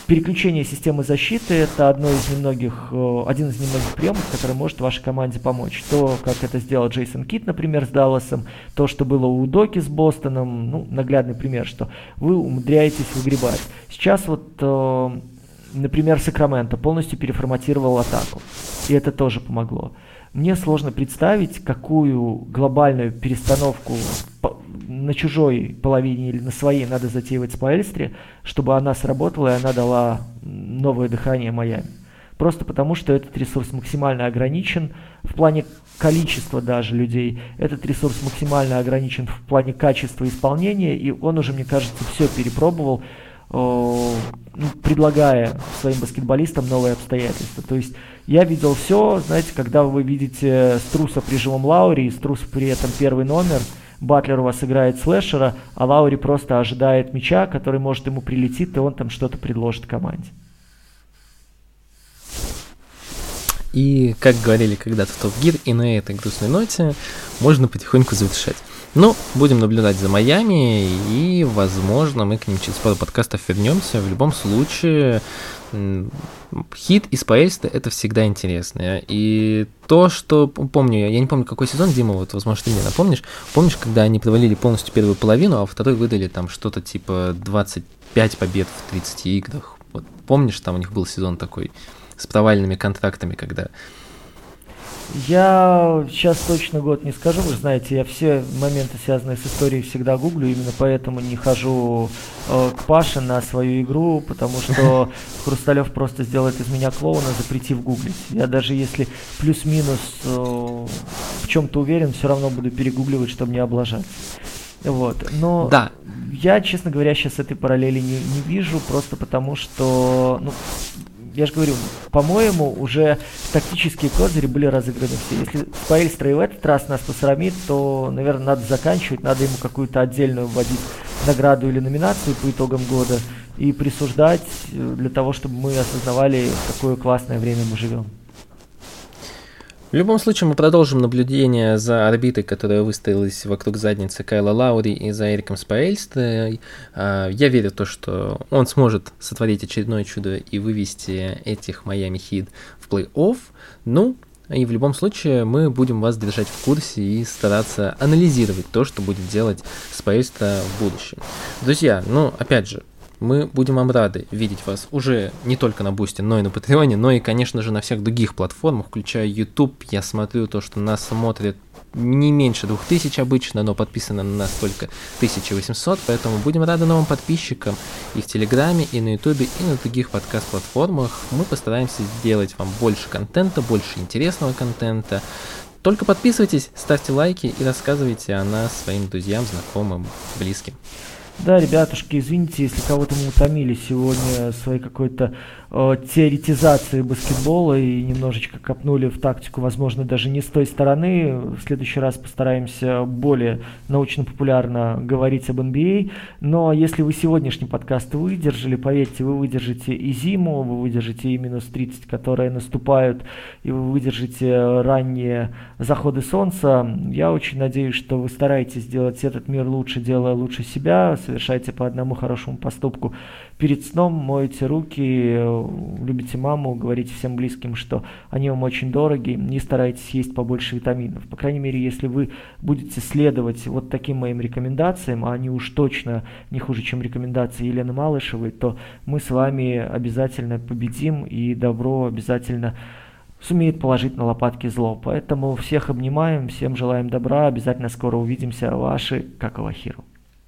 переключение системы защиты – это один из немногих приемов, который может вашей команде помочь. То, как это сделал Джейсон Кит, например, с Далласом, то, что было у Доки с Бостоном, ну, наглядный пример, что вы умудряетесь выгребать. Сейчас например, Сакраменто полностью переформатировал атаку, и это тоже помогло. Мне сложно представить, какую глобальную перестановку на чужой половине или на своей надо затеивать с Споэльстри, чтобы она сработала и она дала новое дыхание Майами. Просто потому, что этот ресурс максимально ограничен в плане количества даже людей. Этот ресурс максимально ограничен в плане качества исполнения, и он уже, мне кажется, все перепробовал, предлагая своим баскетболистам новые обстоятельства. То есть я видел все, знаете, когда вы видите Струса при живом Лаури, и Струс при этом первый номер, Батлер у вас играет слэшера, а Лаури просто ожидает мяча, который может ему прилетит, и он там что-то предложит команде. И, как говорили когда-то в Top Gear, и на этой грустной ноте можно потихоньку завершать. Ну, будем наблюдать за Майами, и, возможно, мы к ним через пару подкастов вернемся. В любом случае, Хит и Споэльстри — это всегда интересно. И то, что помню, я не помню, какой сезон, Дима, вот, возможно, ты мне напомнишь. Помнишь, когда они провалили полностью первую половину, а во второй выдали там что-то типа 25 побед в 30 играх? Вот, помнишь, там у них был сезон такой с провальными контрактами, когда... Я сейчас точно год не скажу, вы знаете, я все моменты, связанные с историей, всегда гуглю, именно поэтому не хожу к Паше на свою игру, потому что Хрусталев просто сделает из меня клоуна, запретив гуглить. Я даже если плюс-минус в чем-то уверен, все равно буду перегугливать, чтобы не облажать. Вот. Но да. Я, честно говоря, сейчас этой параллели не вижу, просто потому что... Я же говорю, по-моему, уже тактические козыри были разыграны все. Если Споэльстри в этот раз нас посрамит, то, наверное, надо заканчивать, надо ему какую-то отдельную вводить награду или номинацию по итогам года и присуждать для того, чтобы мы осознавали, в какое классное время мы живем. В любом случае, мы продолжим наблюдение за орбитой, которая выстроилась вокруг задницы Кайла Лаури и за Эриком Споэльстри. Я верю в то, что он сможет сотворить очередное чудо и вывести этих Майами Хит в плей-офф. Ну, и в любом случае мы будем вас держать в курсе и стараться анализировать то, что будет делать Споэльстри в будущем. Друзья, опять же, мы будем вам рады видеть вас уже не только на Бусти, но и на Патреоне, но и, конечно же, на всех других платформах, включая YouTube. Я смотрю то, что нас смотрят не меньше 2000 обычно, но подписано на нас только 1800, поэтому будем рады новым подписчикам и в Телеграме, и на YouTube, и на других подкаст-платформах. Мы постараемся сделать вам больше контента, больше интересного контента. Только подписывайтесь, ставьте лайки и рассказывайте о нас своим друзьям, знакомым, близким. Да, ребятушки, извините, если кого-то мы утомили сегодня своей какой-то теоретизации баскетбола и немножечко копнули в тактику, возможно, даже не с той стороны. В следующий раз постараемся более научно-популярно говорить об NBA. Но если вы сегодняшний подкаст выдержали, поверьте, вы выдержите и зиму, вы выдержите и минус 30, которые наступают, и вы выдержите ранние заходы солнца. Я очень надеюсь, что вы стараетесь сделать этот мир лучше, делая лучше себя, совершайте по одному хорошему поступку перед сном, моете руки, любите маму, говорите всем близким, что они вам очень дороги, и старайтесь есть побольше витаминов. По крайней мере, если вы будете следовать вот таким моим рекомендациям, а они уж точно не хуже, чем рекомендации Елены Малышевой, то мы с вами обязательно победим, и добро обязательно сумеет положить на лопатки зло. Поэтому всех обнимаем, всем желаем добра, обязательно скоро увидимся. Ваши Какова Хиру.